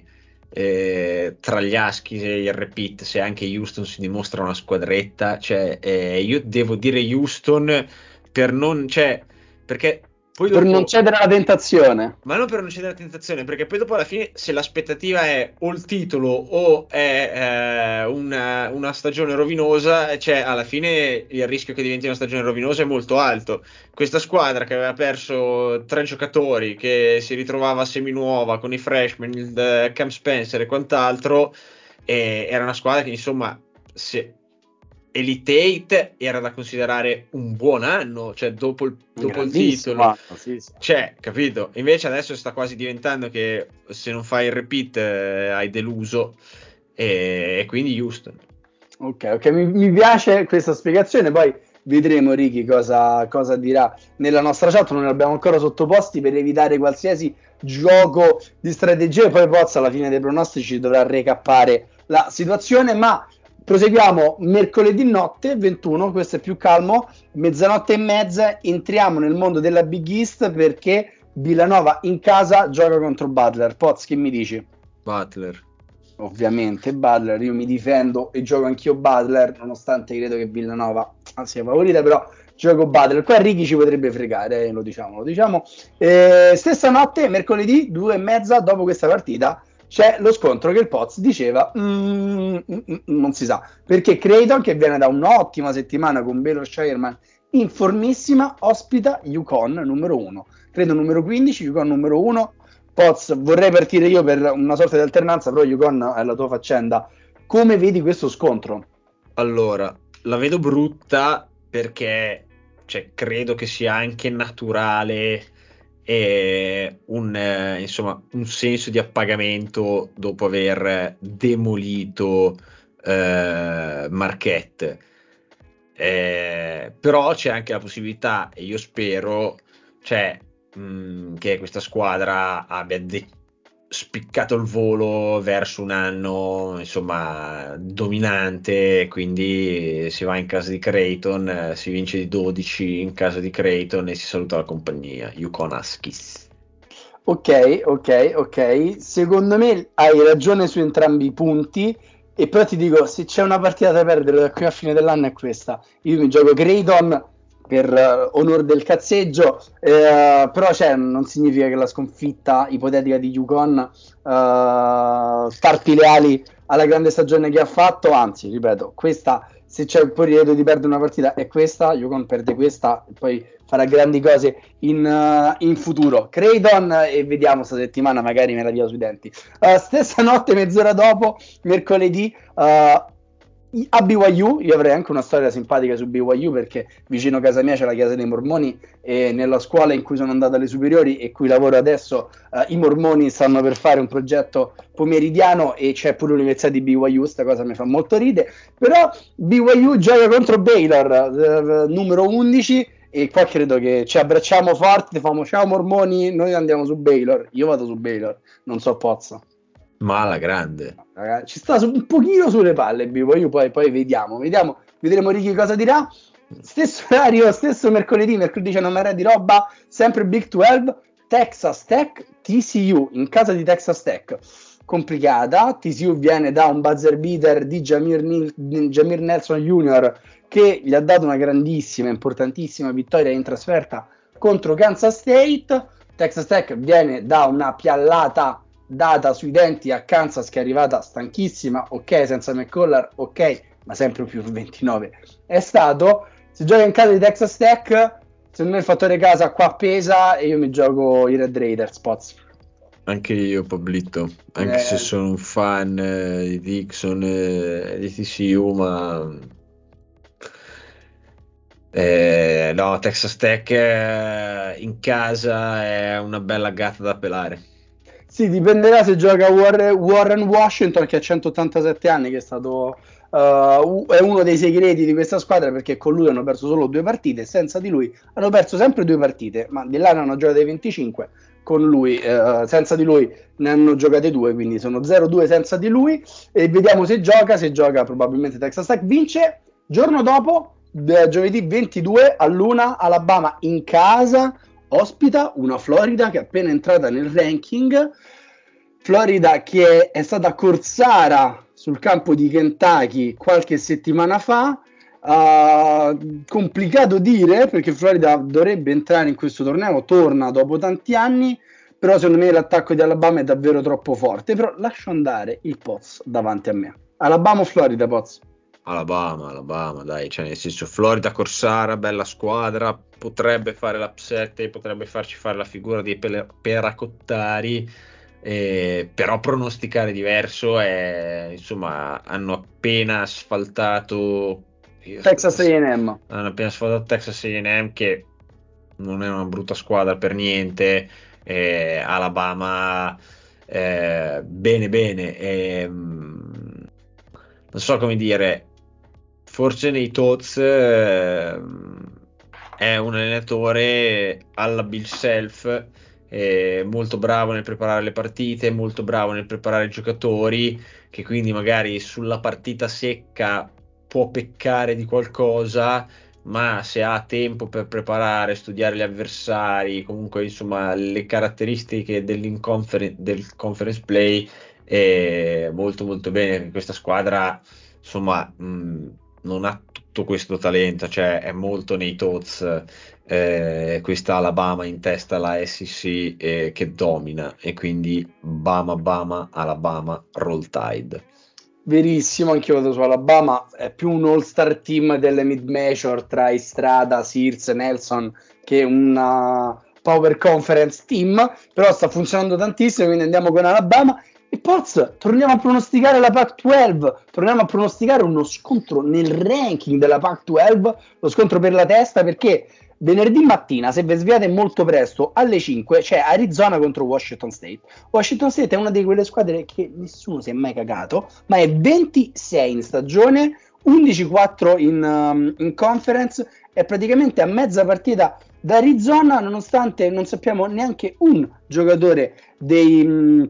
tra gli Huskies e il repeat se anche Houston si dimostra una squadretta? Cioè, io devo dire Houston per non, cioè, perché poi Per non dopo. cedere alla tentazione. Ma non per non cedere la tentazione, perché poi dopo alla fine, se l'aspettativa è o il titolo o è una stagione rovinosa, cioè alla fine il rischio che diventi una stagione rovinosa è molto alto. Questa squadra che aveva perso 3 giocatori, che si ritrovava seminuova con i freshman, il Cam Spencer e quant'altro, era una squadra che insomma, se Elite 8 era da considerare un buon anno, cioè dopo il titolo, Anno, sì. cioè, capito? Invece adesso sta quasi diventando che se non fai il repeat hai deluso e quindi Houston. Ok, mi piace questa spiegazione, poi vedremo Ricky cosa dirà nella nostra chat, non ne abbiamo ancora sottoposti per evitare qualsiasi gioco di strategia e poi Pozza alla fine dei pronostici dovrà recappare la situazione, ma proseguiamo mercoledì notte 21, questo è più calmo, mezzanotte e mezza, entriamo nel mondo della Big East perché Villanova in casa gioca contro Butler. Poz, che mi dici? Butler. Ovviamente Butler, io mi difendo e gioco anch'io Butler, nonostante credo che Villanova sia favorita, però gioco Butler. Qua Ricky ci potrebbe fregare, lo diciamo. Stessa notte, mercoledì 2:30, dopo questa partita, c'è lo scontro che il Poz diceva non si sa, perché Creighton, che viene da un'ottima settimana con Baylor Sherman in formissima, ospita UConn numero 1, credo numero 15, UConn numero 1. Poz, vorrei partire io per una sorta di alternanza, però UConn è la tua faccenda. Come vedi questo scontro? Allora, la vedo brutta perché credo che sia anche naturale e insomma, un senso di appagamento dopo aver demolito Marquette. Però c'è anche la possibilità, e io spero, che questa squadra abbia spiccato il volo verso un anno, insomma, dominante, quindi si va in casa di Creighton, si vince di 12 in casa di Creighton e si saluta la compagnia, UConn Huskies. Ok. Secondo me hai ragione su entrambi i punti. E però ti dico, se c'è una partita da perdere da qui a fine dell'anno è questa. Io mi gioco Creighton per onor del cazzeggio, però non significa che la sconfitta ipotetica di UConn tarpi le ali alla grande stagione che ha fatto, anzi, ripeto, questa, se c'è poi ripeto di perdere una partita è questa, UConn perde questa e poi farà grandi cose in futuro. Creighton e vediamo sta settimana, magari me la via sui denti. Stessa notte, mezz'ora dopo, mercoledì, a BYU, io avrei anche una storia simpatica su BYU perché vicino a casa mia c'è la chiesa dei Mormoni e nella scuola in cui sono andato alle superiori e cui lavoro adesso i Mormoni stanno per fare un progetto pomeridiano e c'è pure l'università di BYU, sta cosa mi fa molto ridere, però BYU gioca contro Baylor, numero 11 e qua credo che ci abbracciamo forte, diciamo ciao Mormoni, noi andiamo su Baylor, io vado su Baylor, non so Pozzo. Ma alla grande. Ci sta un pochino sulle palle BYU, poi vedremo Ricky cosa dirà. Stesso orario, stesso mercoledì c'è una marea di roba, sempre Big 12, Texas Tech, TCU, in casa di Texas Tech. Complicata, TCU viene da un buzzer beater di Jameer Nelson Jr. che gli ha dato una grandissima, importantissima vittoria in trasferta contro Kansas State. Texas Tech viene da una piallata data sui denti a Kansas che è arrivata stanchissima, ok, senza McCullar, ok, ma sempre più 29 è stato. Si gioca in casa di Texas Tech, secondo me il fattore casa qua pesa e io mi gioco i Red Raiders, Poz. Anche io, Pablito, anche se sono un fan di Dixon e di TCU, ma no, Texas Tech in casa è una bella gatta da pelare. Sì, dipenderà se gioca Warren Washington che ha 187 anni, che è stato è uno dei segreti di questa squadra perché con lui hanno perso solo 2 partite, senza di lui hanno perso sempre 2 partite, ma di là ne hanno giocate 25, con lui, senza di lui ne hanno giocate 2, quindi sono 0-2 senza di lui e vediamo se gioca probabilmente Texas Tech vince. Giorno dopo, giovedì 22 all'1 Alabama in casa ospita una Florida che è appena entrata nel ranking, Florida che è stata corsara sul campo di Kentucky qualche settimana fa. Complicato dire perché Florida dovrebbe entrare in questo torneo, torna dopo tanti anni, però secondo me l'attacco di Alabama è davvero troppo forte, però lascio andare il Poz davanti a me. Alabama o Florida, Poz? Alabama, dai, nel senso Florida Corsara, bella squadra, potrebbe fare l'upset e potrebbe farci fare la figura dei peracottari, però pronosticare diverso è, insomma, hanno appena asfaltato Texas A&M. Hanno appena asfaltato Texas A&M che non è una brutta squadra per niente, Alabama bene, non so come dire, forse nei Tots è un allenatore alla Bill Self, molto bravo nel preparare le partite, molto bravo nel preparare i giocatori, che quindi magari sulla partita secca può peccare di qualcosa, ma se ha tempo per preparare, studiare gli avversari, comunque insomma le caratteristiche del conference play, molto molto bene. Questa squadra insomma non ha tutto questo talento, cioè è molto nei Tots, questa Alabama in testa alla SEC che domina e quindi Bama, Alabama, Roll Tide. Verissimo, anch'io vado su Alabama, è più un all-star team delle mid-major tra Istrada, Sears, Nelson che una power conference team, però sta funzionando tantissimo, quindi andiamo con Alabama. E Poz, torniamo a pronosticare la Pac-12, torniamo a pronosticare uno scontro nel ranking della Pac-12, lo scontro per la testa, perché venerdì mattina, se vi svegliate molto presto, alle 5 c'è Arizona contro Washington State. Washington State è una di quelle squadre che nessuno si è mai cagato, ma è 26 in stagione, 11-4 in conference, è praticamente a mezza partita da Arizona, nonostante non sappiamo neanche un giocatore dei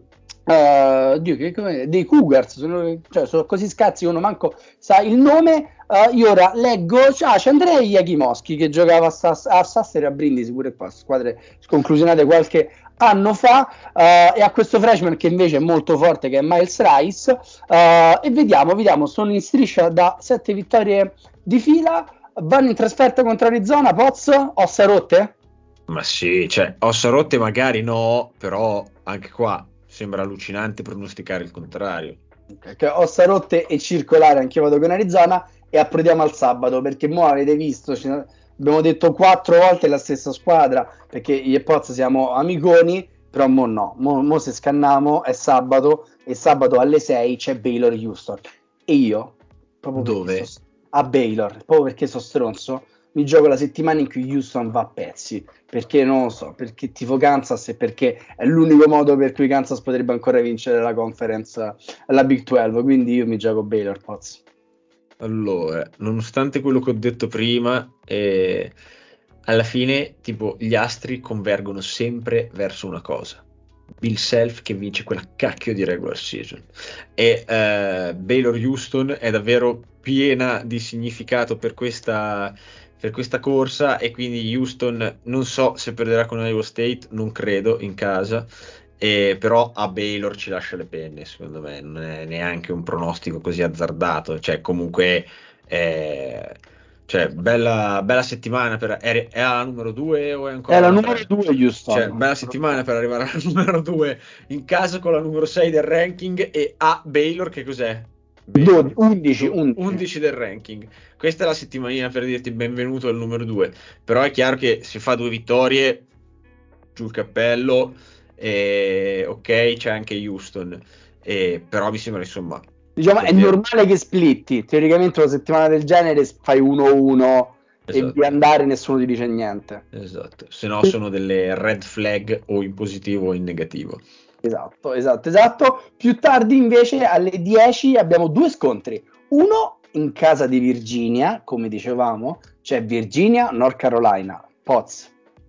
dei Cougars, sono così scarsi che uno manco sa il nome. Io ora leggo, c'è Andrea Jakimowski che giocava a Sassari, a Brindisi, pure qua, squadre sconclusionate qualche anno fa, e a questo freshman che invece è molto forte, che è Miles Rice, e vediamo, sono in striscia da 7 vittorie di fila, vanno in trasferta contro Arizona. Poz, ossa rotte? Ma sì, cioè, ossa rotte magari no, però anche qua sembra allucinante pronosticare il contrario. Che ossa rotte e circolare, anche io vado con Arizona, e approdiamo al sabato, perché mo avete visto, abbiamo detto 4 volte la stessa squadra, perché io e Poz siamo amiconi, però mo no, mo se scanniamo è sabato, e sabato alle 6 c'è Baylor Houston, e io, proprio Dove? perché a Baylor, proprio perché sono stronzo, mi gioco la settimana in cui Houston va a pezzi, perché non lo so, perché tifo Kansas e perché è l'unico modo per cui Kansas potrebbe ancora vincere la conference, la Big 12, quindi io mi gioco Baylor, Poz. Allora, nonostante quello che ho detto prima, alla fine, tipo, gli astri convergono sempre verso una cosa. Bill Self che vince quella cacchio di regular season. E Baylor Houston è davvero piena di significato per questa corsa, e quindi Houston non so se perderà con Iowa State, non credo, in casa. Però a Baylor ci lascia le penne, secondo me non è neanche un pronostico così azzardato, cioè comunque eh, cioè, bella settimana è alla numero 2 o è È ancora la alla numero 3? 2 Cioè, Houston. bella settimana per arrivare alla numero 2 in casa con la numero 6 del ranking, e a Baylor che cos'è? Baylor 11, 11. 11 del ranking. Questa è la settimanina per dirti benvenuto al numero 2. Però è chiaro che se fa 2 vittorie, giù il cappello, ok, c'è anche Houston, però mi sembra insomma Diciamo, è davvero normale che splitti, teoricamente una settimana del genere fai 1-1 e di esatto, andare nessuno ti dice niente. esatto. Se no sono delle red flag o in positivo o in negativo. Esatto. Più tardi invece alle 10 abbiamo 2 scontri. Uno in casa di Virginia, come dicevamo, c'è Virginia, North Carolina, Poz.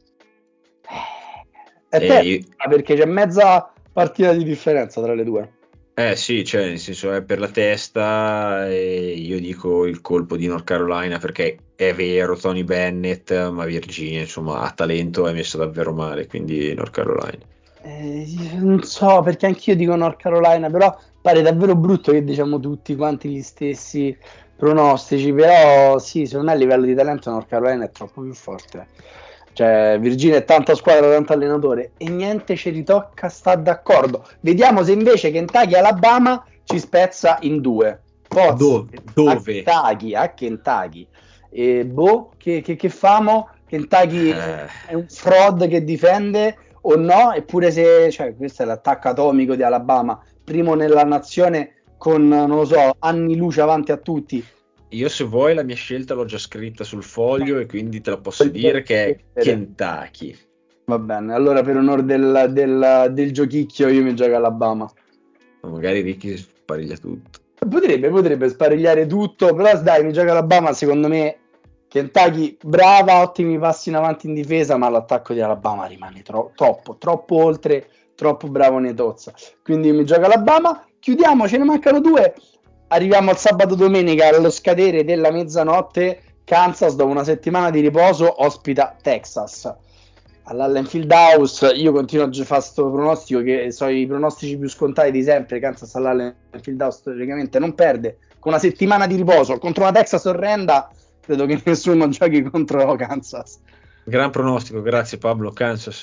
È E terza perché c'è mezza partita di differenza tra le due. sì, cioè, nel senso è per la testa, e io dico il colpo di North Carolina perché è vero Tony Bennett, ma Virginia insomma ha talento, è messa davvero male, quindi North Carolina. Non so perché anch'io dico North Carolina, però pare davvero brutto che diciamo tutti quanti gli stessi pronostici, però sì, secondo me a livello di talento North Carolina è troppo più forte. Cioè, Virginia è tanta squadra, tanto allenatore e niente ci ritocca, sta d'accordo. Vediamo se invece Kentucky Alabama ci spezza in due. Poz, Dove? A Kentucky. E boh, che famo? Kentucky Eh, è un fraud che difende o no? Eppure se, cioè, questo è l'attacco atomico di Alabama, primo nella nazione con, non lo so, anni luce avanti a tutti. io se vuoi la mia scelta l'ho già scritta sul foglio e quindi te la posso dire che è Kentucky. Va bene, allora per onore del giochicchio io mi gioco Alabama. Ma magari Ricky spariglia tutto. Potrebbe sparigliare tutto, però dai, mi gioca Alabama, secondo me Kentucky brava, ottimi passi in avanti in difesa, ma l'attacco di Alabama rimane troppo oltre, troppo bravo nei tozza. Quindi mi gioca Alabama, chiudiamo, ce ne mancano 2. Arriviamo al sabato domenica allo scadere della mezzanotte. Kansas dopo una settimana di riposo ospita Texas all'Allen Fieldhouse. Io continuo a fare questo pronostico che sono i pronostici più scontati di sempre. Kansas all'Allen Fieldhouse storicamente non perde, con una settimana di riposo contro una Texas orrenda. Credo che nessuno giochi contro Kansas. Gran pronostico, grazie Pablo, Kansas.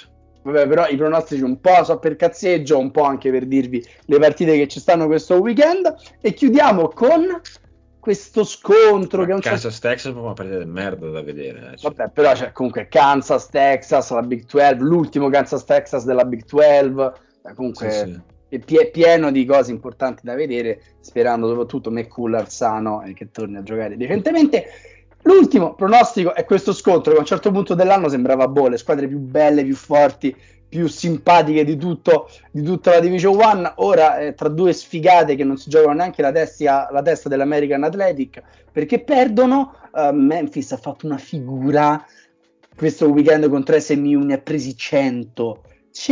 Vabbè, però i pronostici un po' so per cazzeggio, un po' anche per dirvi le partite che ci stanno questo weekend. E chiudiamo con questo scontro che è un Kansas Texas è proprio una partita di merda da vedere. Cioè. Vabbè, però c'è comunque Kansas, Texas, la Big 12, l'ultimo Kansas Texas della Big 12, comunque Sì. è pieno di cose importanti da vedere, sperando soprattutto McCullers sano e che torni a giocare decentemente. L'ultimo pronostico è questo scontro che a un certo punto dell'anno sembrava le squadre più belle, più forti, più simpatiche di tutta la Division One. Ora tra due sfigate che non si giocano neanche la testa dell'American Athletic, perché perdono. Memphis ha fatto una figura questo weekend contro SMU, ne ha presi 100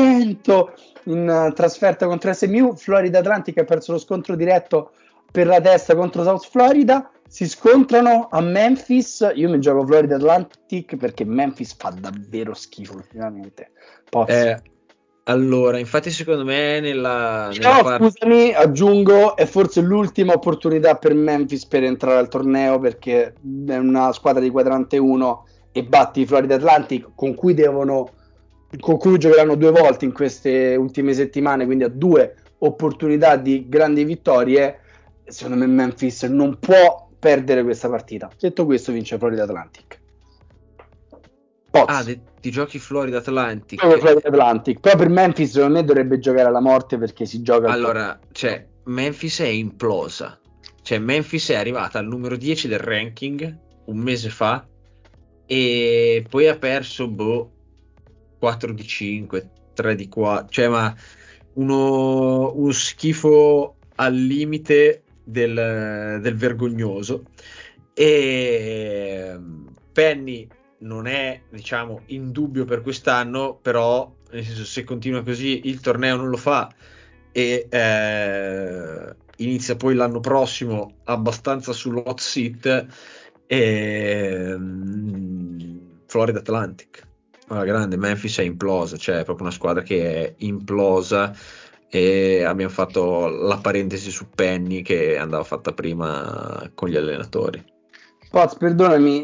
in trasferta contro SMU. Florida Atlantic ha perso lo scontro diretto per la testa contro South Florida. Si scontrano a Memphis. Io mi gioco Florida Atlantic perché Memphis fa davvero schifo ultimamente. Allora, infatti secondo me scusami, aggiungo, è forse l'ultima opportunità per Memphis per entrare al torneo, perché è una squadra di quadrante 1 e batti Florida Atlantic con cui giocheranno 2 volte in queste ultime settimane, quindi ha 2 opportunità di grandi vittorie. Secondo me Memphis non può perdere questa partita. Detto questo, vince Florida Atlantic. Ti giochi Florida Atlantic. Florida Atlantic, però per Memphis secondo me dovrebbe giocare alla morte, perché si gioca allora, Memphis è implosa. Memphis è arrivata al numero 10 del ranking un mese fa e poi ha perso 4 di 5, 3 di 4, ma uno schifo al limite del vergognoso. E Penny non è, diciamo, in dubbio per quest'anno, però nel senso, se continua così il torneo non lo fa e inizia poi l'anno prossimo abbastanza sull'hot seat, Florida Atlantic alla grande. Memphis è implosa, è proprio una squadra che è implosa, e abbiamo fatto la parentesi su Penny che andava fatta prima con gli allenatori. Poz, perdonami,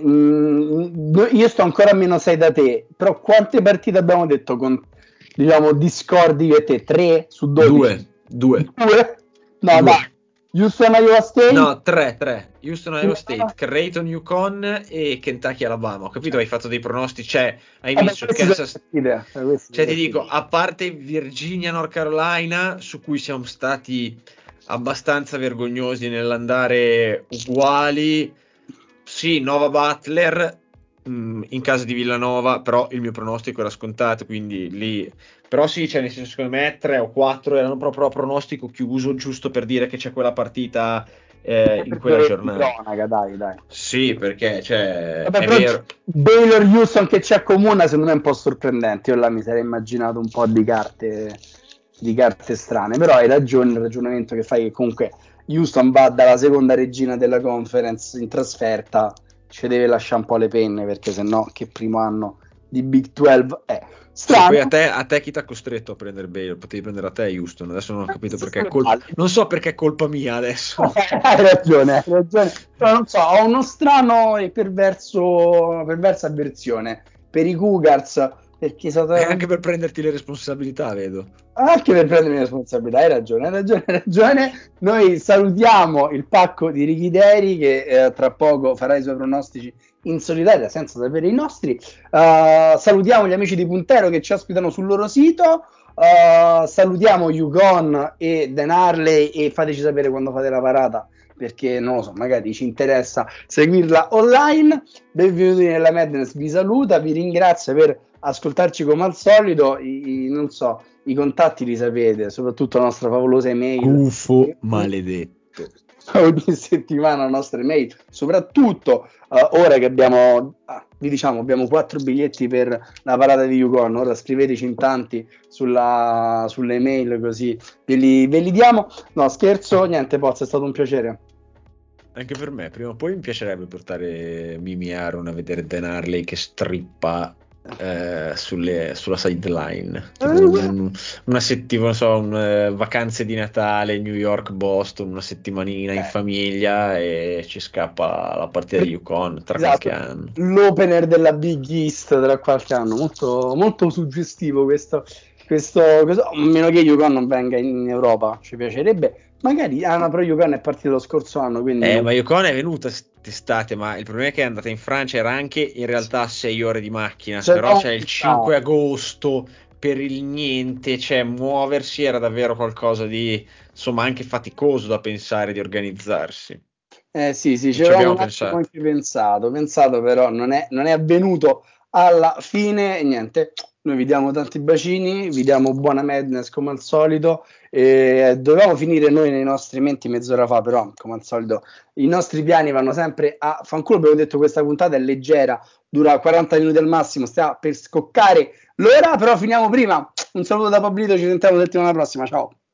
io sto ancora a meno 6 da te, però quante partite abbiamo detto con, diciamo, discordi io e te? 3 su 12? 2? No, 2. dai. Houston, Iowa State? No, 3. Houston, Iowa State, Creighton, Yukon e Kentucky, Alabama. Ho capito, hai fatto dei pronostici, hai messo Kansas. Ti dico, a parte Virginia, North Carolina, su cui siamo stati abbastanza vergognosi nell'andare uguali. Sì, Nova Butler in casa di Villanova, però il mio pronostico era scontato, quindi lì. Però sì, nel senso, secondo me 3 o 4 erano proprio a pronostico chiuso, giusto per dire che c'è quella partita in quella giornata. Cronaca, dai. Sì, perché Vabbè, è vero. Baylor Houston che ci accomuna, secondo me è un po' sorprendente. Io là mi sarei immaginato un po' di carte strane, però hai ragione, il ragionamento che fai, che comunque Houston va dalla seconda regina della conference in trasferta, ci deve lasciare un po' le penne, perché sennò che primo anno di Big 12 è strano. Sì, poi a te chi ti ha costretto a prendere Baylor? Potevi prendere a te Houston, adesso non ho capito perché non so perché è colpa mia adesso. Hai ragione, però non so, ho uno strano e perversa avversione per i Cougars, perché anche per prenderti le responsabilità, vedo. Anche per prendermi le responsabilità, hai ragione. Noi salutiamo il pacco di Richideri che tra poco farà i suoi pronostici in solitaria senza sapere i nostri. Salutiamo gli amici di Puntero che ci ospitano sul loro sito. Salutiamo Yukon e Dan Harley e fateci sapere quando fate la parata, perché non lo so, magari ci interessa seguirla online. Benvenuti nella Madness, vi saluta, vi ringrazio per ascoltarci come al solito. Non so, i contatti li sapete, soprattutto la nostra favolosa email. Gufo maledetto. Ogni settimana la nostra email, soprattutto ora che abbiamo 4 biglietti per la parata di Yukon. Ora scriveteci in tanti sulle email, così ve li diamo. No, scherzo, niente, Pozzo, è stato un piacere. Anche per me, prima o poi mi piacerebbe portare Mimi Aaron a vedere Dan Harley che strippa sulla sideline, tipo una settimana, vacanze di Natale, New York, Boston, una settimanina in famiglia e ci scappa la partita di UConn tra qualche Esatto, anno. l'opener della Big East tra qualche anno, molto, molto suggestivo a meno che UConn non venga in Europa, ci piacerebbe, magari, no, però UConn è partito lo scorso anno, quindi non... Ma UConn è venuta quest'estate, ma il problema è che è andata in Francia, era anche in realtà a 6 ore di macchina, C'è però da c'è il 5 agosto per il niente, cioè muoversi era davvero qualcosa di, insomma, anche faticoso da pensare, di organizzarsi. Sì, sì, E ci ci avevamo abbiamo un attimo pensato. anche pensato, però non è avvenuto alla fine, e niente, noi vi diamo tanti bacini, vi diamo buona Madness come al solito, e dovevamo finire noi nei nostri menti mezz'ora fa, però come al solito i nostri piani vanno sempre a fanculo, abbiamo detto questa puntata è leggera, dura 40 minuti al massimo, sta per scoccare l'ora, però finiamo prima. Un saluto da Pablito, ci sentiamo settimana prossima, ciao!